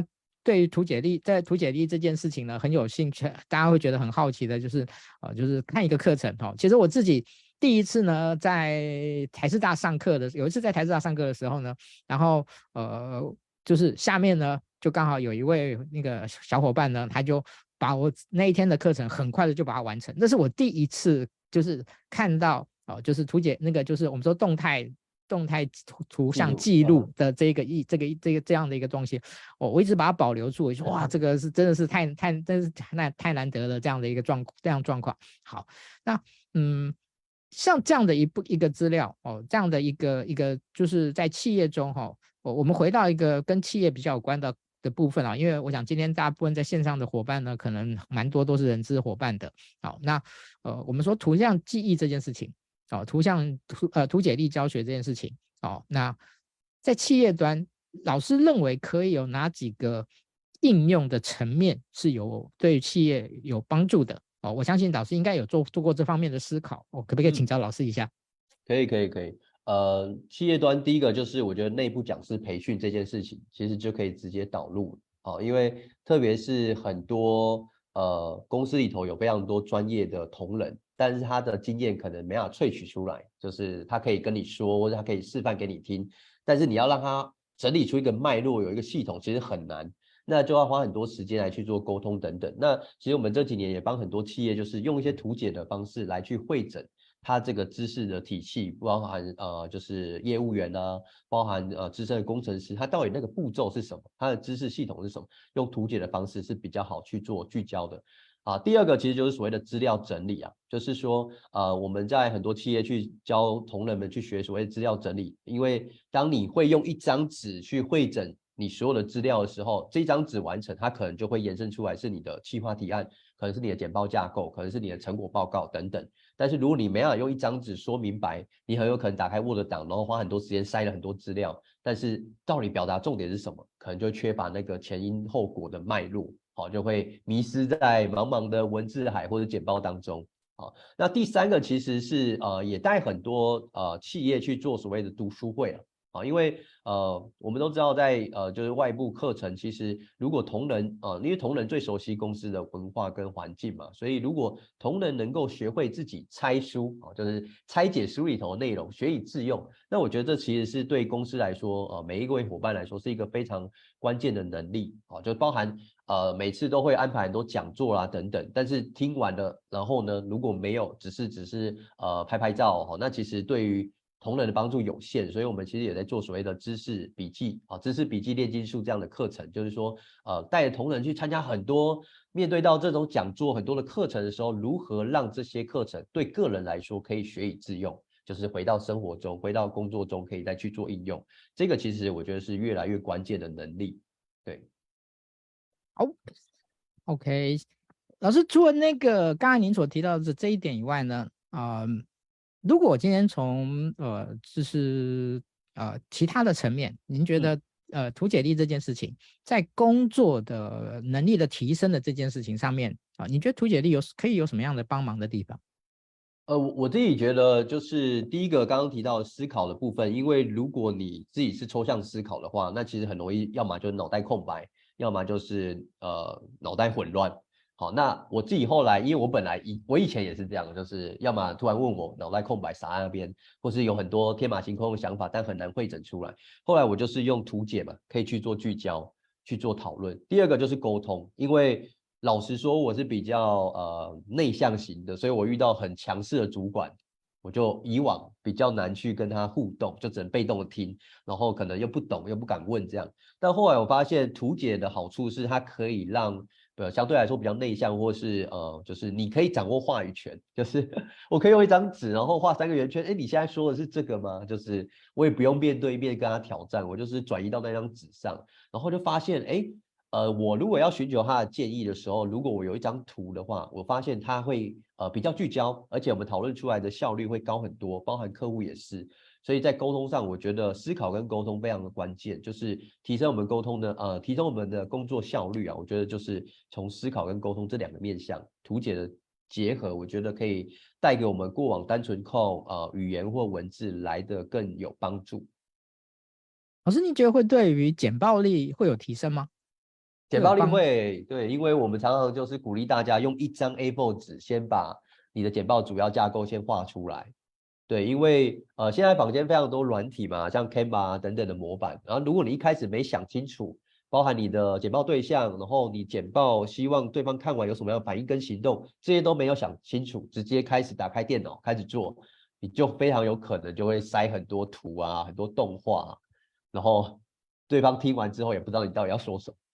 对于图解力，在图解力这件事情呢很有兴趣，大家会觉得很好奇的，就是呃，就是看一个课程哦。其实我自己第一次呢，在台师大上课的，有一次在台师大上课的时候呢，然后呃，就是下面呢就刚好有一位那个小伙伴呢，他就把我那一天的课程很快的就把它完成，那是我第一次就是看到哦，就是图解那个就是我们说动态。动态图图像记录的这个一这个这个这样的一个东西，我我一直把它保留住。我说哇，这个是真的是太太真是太太难得了这样的一个状这样状况。好，那嗯，像这样的一部一个资料哦，这样的一个一个就是在企业中哈、哦，我们回到一个跟企业比较有关的的部分啊，因为我想今天大部分在线上的伙伴呢，可能蛮多都是人资伙伴的。好，那呃，我们说图像记忆这件事情。哦，图像图呃图解力教学这件事情，哦，那在企业端，老师认为可以有哪几个应用的层面是有对企业有帮助的？哦，我相信老师应该有做做过这方面的思考，哦，可不可以请教老师一下？ 嗯、可以可以可以。呃，企业端第一个就是我觉得内部讲师培训这件事情，其实就可以直接导入哦，因为特别是很多呃公司里头有非常多专业的同仁。但是他的经验可能没法萃取出来，就是他可以跟你说，或者他可以示范给你听，但是你要让他整理出一个脉络，有一个系统，其实很难，那就要花很多时间来去做沟通等等。那其实我们这几年也帮很多企业，就是用一些图解的方式来去汇整它这个知识的体系，包含呃就是业务员啊，包含呃资深的工程师，他到底那个步骤是什么，他的知识系统是什么，用图解的方式是比较好去做聚焦的。啊，第二个其实就是所谓的资料整理啊，就是说，呃，我们在很多企业去教同仁们去学所谓的资料整理，因为当你会用一张纸去汇整你所有的资料的时候，这张纸完成，它可能就会延伸出来是你的企划提案，可能是你的简报架构，可能是你的成果报告等等。但是如果你没法用一张纸说明白，你很有可能打开 Word 档，然后花很多时间塞了很多资料，但是到底表达重点是什么，可能就缺乏那个前因后果的脉络。好，就会迷失在茫茫的文字海或者简报当中。好，那第三个其实是呃，也带很多呃企业去做所谓的读书会啊。啊，因为呃，我们都知道在呃，就是外部课程，其实如果同仁啊、呃，因为同仁最熟悉公司的文化跟环境嘛，所以如果同仁能够学会自己拆书啊、呃，就是拆解书里头的内容，学以致用，那我觉得这其实是对公司来说，呃，每一位伙伴来说是一个非常关键的能力啊、呃，就包含呃每次都会安排很多讲座啦等等，但是听完了，然后呢，如果没有只是只是呃拍拍照哈、哦，那其实对于同仁的帮助有限，所以我们其实也在做所谓的知识笔记啊，知识笔记炼金术这样的课程，就是说，呃，带着同仁去参加很多，面对到这种讲座很多的课程的时候，如何让这些课程对个人来说可以学以致用，就是回到生活中，回到工作中可以再去做应用，这个其实我觉得是越来越关键的能力。对， 好 ，OK，老师除了那个刚才您所提到的这一点以外呢，啊、呃，如果我今天从呃就是呃其他的层面，您觉得、嗯、呃图解力这件事情在工作的能力的提升的这件事情上面啊、呃，你觉得图解力有可以有什么样的帮忙的地方？ 呃，我自己觉得就是第一个刚刚提到的思考的部分，因为如果你自己是抽象思考的话，那其实很容易，要么就是脑袋空白，要么就是呃脑袋混乱。好，那我自己后来，因为我本来以我以前也是这样，就是要么突然问我脑袋空白傻在那边，或是有很多天马行空的想法，但很难汇整出来。后来我就是用图解嘛，可以去做聚焦，去做讨论。第二个就是沟通，因为老实说，我是比较呃内向型的，所以我遇到很强势的主管，我就以往比较难去跟他互动，就只能被动的听，然后可能又不懂又不敢问这样。但后来我发现图解的好处是它可以让呃相对来说比较内向，或是呃就是你可以掌握话语权，就是我可以用一张纸，然后画三个圆圈，哎，你现在说的是这个吗？就是我也不用面对面跟他挑战，我就是转移到那张纸上，然后就发现哎。呃，我如果要寻求他的建议的时候，如果我有一张图的话，我发现他会呃比较聚焦，而且我们讨论出来的效率会高很多，包含客户也是。所以在沟通上，我觉得思考跟沟通非常的关键，就是提升我们沟通的呃提升我们的工作效率啊。我觉得就是从思考跟沟通这两个面向，图解的结合，我觉得可以带给我们过往单纯靠呃语言或文字来的更有帮助。 老师，你觉得会对于简报力会有提升吗？ 简报例会，对，因为我们常常就是鼓励大家用一张 A 四 纸先把你的简报主要架构先画出来。对，因为呃现在坊间非常多软体嘛，像 Canva 啊等等的模板，然后如果你一开始没想清楚，包含你的简报对象，然后你简报希望对方看完有什么样的反应跟行动，这些都没有想清楚，直接开始打开电脑开始做，你就非常有可能就会塞很多图啊，很多动画，然后对方听完之后也不知道你到底要说什么。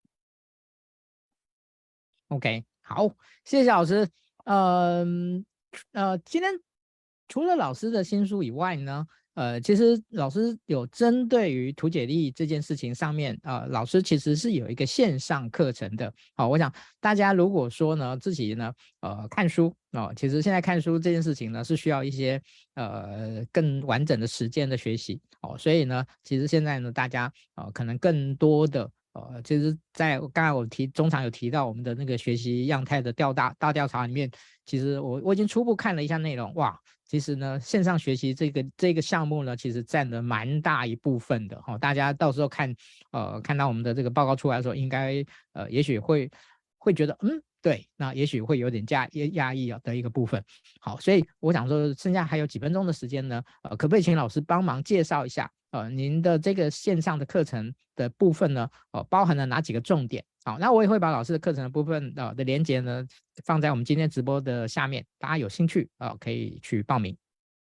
OK， 好，谢谢老师。嗯呃，呃，今天除了老师的新书以外呢，呃，其实老师有针对于图解力这件事情上面，呃，老师其实是有一个线上课程的。好，我想大家如果说呢自己呢，呃，看书哦，其实现在看书这件事情呢是需要一些呃更完整的实践的学习哦，所以呢，其实现在呢大家呃可能更多的。呃，其实在刚才我提中场有提到我们的那个学习样态的调大大调查里面，其实我我已经初步看了一下内容，哇，其实呢线上学习这个这个项目呢，其实占了蛮大一部分的哈、哦。大家到时候看呃看到我们的这个报告出来的时候，应该呃也许会会觉得嗯。对，那也许会有点压压抑的一个部分。好，所以我想说，剩下还有几分钟的时间呢，呃，可不可以请老师帮忙介绍一下，呃，您的这个线上的课程的部分呢，呃，包含了哪几个重点？好，那我也会把老师的课程的部分呃的连结呢放在我们今天直播的下面，大家有兴趣啊、呃、可以去报名。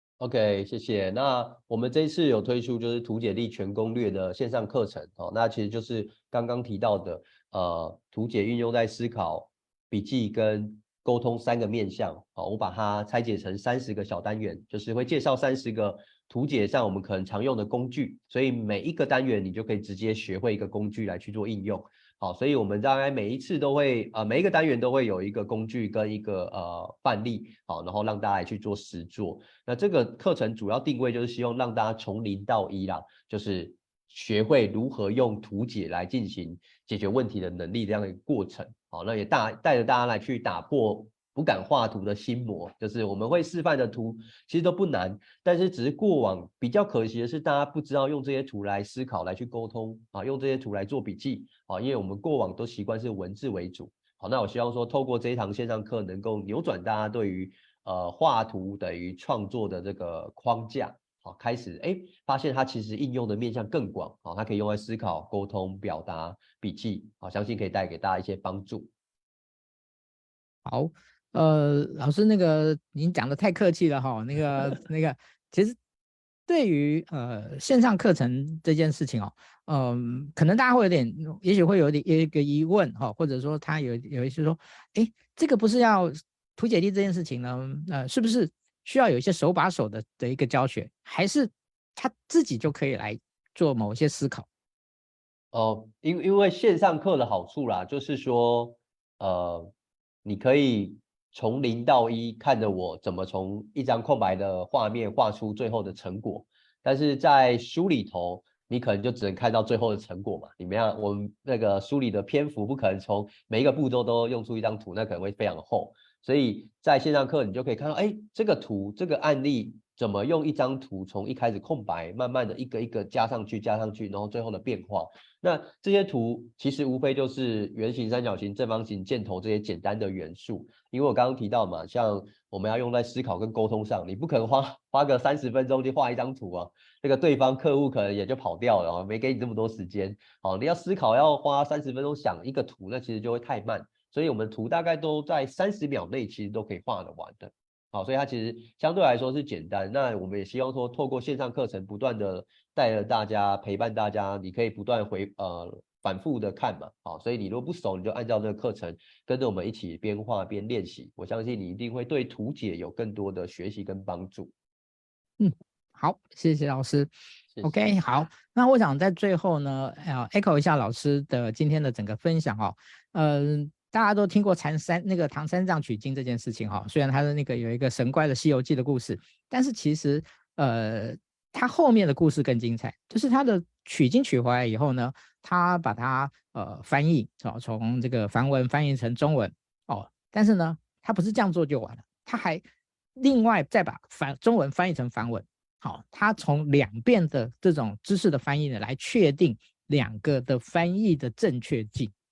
OK，谢谢。那我们这一次有推出就是图解力全攻略的线上课程哦，那其实就是刚刚提到的呃图解运用在思考、笔记跟沟通三个面向。好，我把它拆解成三十个小单元，就是会介绍三十个图解上我们可能常用的工具，所以每一个单元你就可以直接学会一个工具来去做应用。好，所以我们大概每一次都会呃每一个单元都会有一个工具跟一个呃范例，好，然后让大家来去做实作。那这个课程主要定位就是希望让大家从零到一啦，就是学会如何用图解来进行解决问题的能力这样的一个过程。好，那也大带着大家来去打破不敢画图的心魔，就是我们会示范的图其实都不难，但是只是过往比较可惜的是，大家不知道用这些图来思考、来去沟通啊，用这些图来做笔记啊，因为我们过往都习惯是文字为主。好，那我希望说透过这一堂线上课，能够扭转大家对于呃画图等于创作的这个框架。好，开始哎，发现它其实应用的面向更广，好，它可以用来思考、沟通、表达、笔记，好，相信可以带给大家一些帮助。 好，呃，老师那个您讲的太客气了哈，那个那个，其实对于呃线上课程这件事情哦，嗯、呃，可能大家会有点，也许会有点有一个疑问哈，或者说他有有一些说，哎，这个不是要图解力这件事情呢，呃，是不是需要有一些手把手的的一个教学，还是他自己就可以来做某些思考？ 哦，因因为线上课的好处啦，就是说，呃，你可以从零到一看着我怎么从一张空白的画面画出最后的成果，但是在书里头，你可能就只能看到最后的成果嘛。你们要我们那个书里的篇幅不可能从每一个步骤都用出一张图，那可能会非常厚。所以在线上课，你就可以看到，哎，这个图这个案例怎么用一张图从一开始空白，慢慢的一个一个加上去，加上去，然后最后的变化。那这些图其实无非就是圆形、三角形、正方形、箭头这些简单的元素。因为我刚刚提到嘛，像我们要用在思考跟沟通上，你不可能花花个三十分钟就画一张图啊，那个对方客户可能也就跑掉了，没给你这么多时间。好，你要思考要花三十分钟想一个图，那其实就会太慢。所以我们图大概都在三十秒内，其实都可以画得完的。好，所以它其实相对来说是简单。那我们也希望说，透过线上课程，不断的带着大家，陪伴大家，你可以不断回呃反复的看嘛。好，所以你如果不熟，你就按照这个课程，跟着我们一起边画边练习。我相信你一定会对图解有更多的学习跟帮助。 嗯，好，谢谢老师。 谢谢。 OK，好，那我想在最后呢，呃，echo 一下老师的今天的整个分享哦。嗯、呃，大家都听过唐三那个唐三藏取经这件事情哈、哦，虽然他的那个有一个神怪的《西游记》的故事，但是其实呃，他后面的故事更精彩，就是他的取经取回来以后呢，他把它呃翻译哦，从这个梵文翻译成中文哦，但是呢，他不是这样做就完了，他还另外再把梵中文翻译成梵文。好，他从两遍的这种知识的翻译呢，来确定两个的翻译的正确性。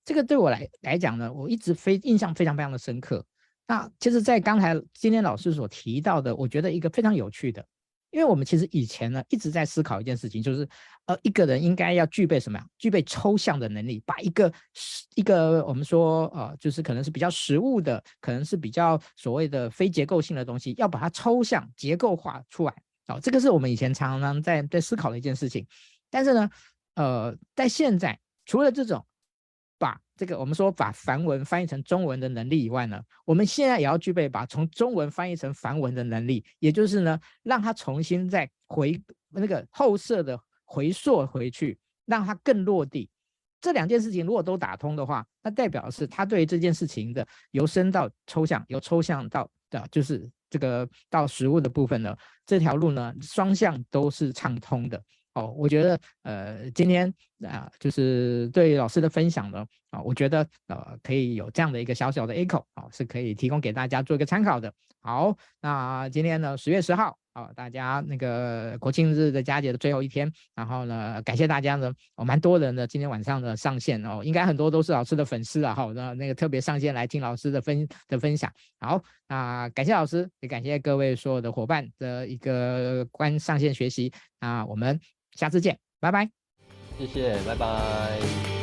这个对我来来讲呢，我一直非印象非常非常的深刻。那其实，在刚才今天老师所提到的，我觉得一个非常有趣的，因为我们其实以前呢一直在思考一件事情，就是呃一个人应该要具备什么呀？具备抽象的能力，把一个一个我们说呃就是可能是比较实务的，可能是比较所谓的非结构性的东西，要把它抽象结构化出来。哦，这个是我们以前常常在在思考的一件事情。但是呢，呃，在现在除了这种把这个我们说把梵文翻译成中文的能力以外呢，我们现在也要具备把从中文翻译成梵文的能力，也就是呢，让它重新再回那个后设的回溯回去，让它更落地。这两件事情如果都打通的话，那代表的是他对这件事情的由深到抽象，由抽象到的就是这个到实物的部分呢，这条路呢双向都是畅通的。哦，我觉得呃，今天啊、呃，就是对老师的分享呢，啊、呃，我觉得呃，可以有这样的一个小小的 echo 啊、呃，是可以提供给大家做一个参考的。好，那今天呢，十月十号啊、呃，大家那个国庆日的佳节的最后一天，然后呢，感谢大家呢，哦，蛮多人的今天晚上呢上线哦，应该很多都是老师的粉丝啊，好，那那个特别上线来听老师的分的分享。好，那感谢老师，也感谢各位所有的伙伴的一个观上线学习。那我们下次见，拜拜。 谢谢，拜拜。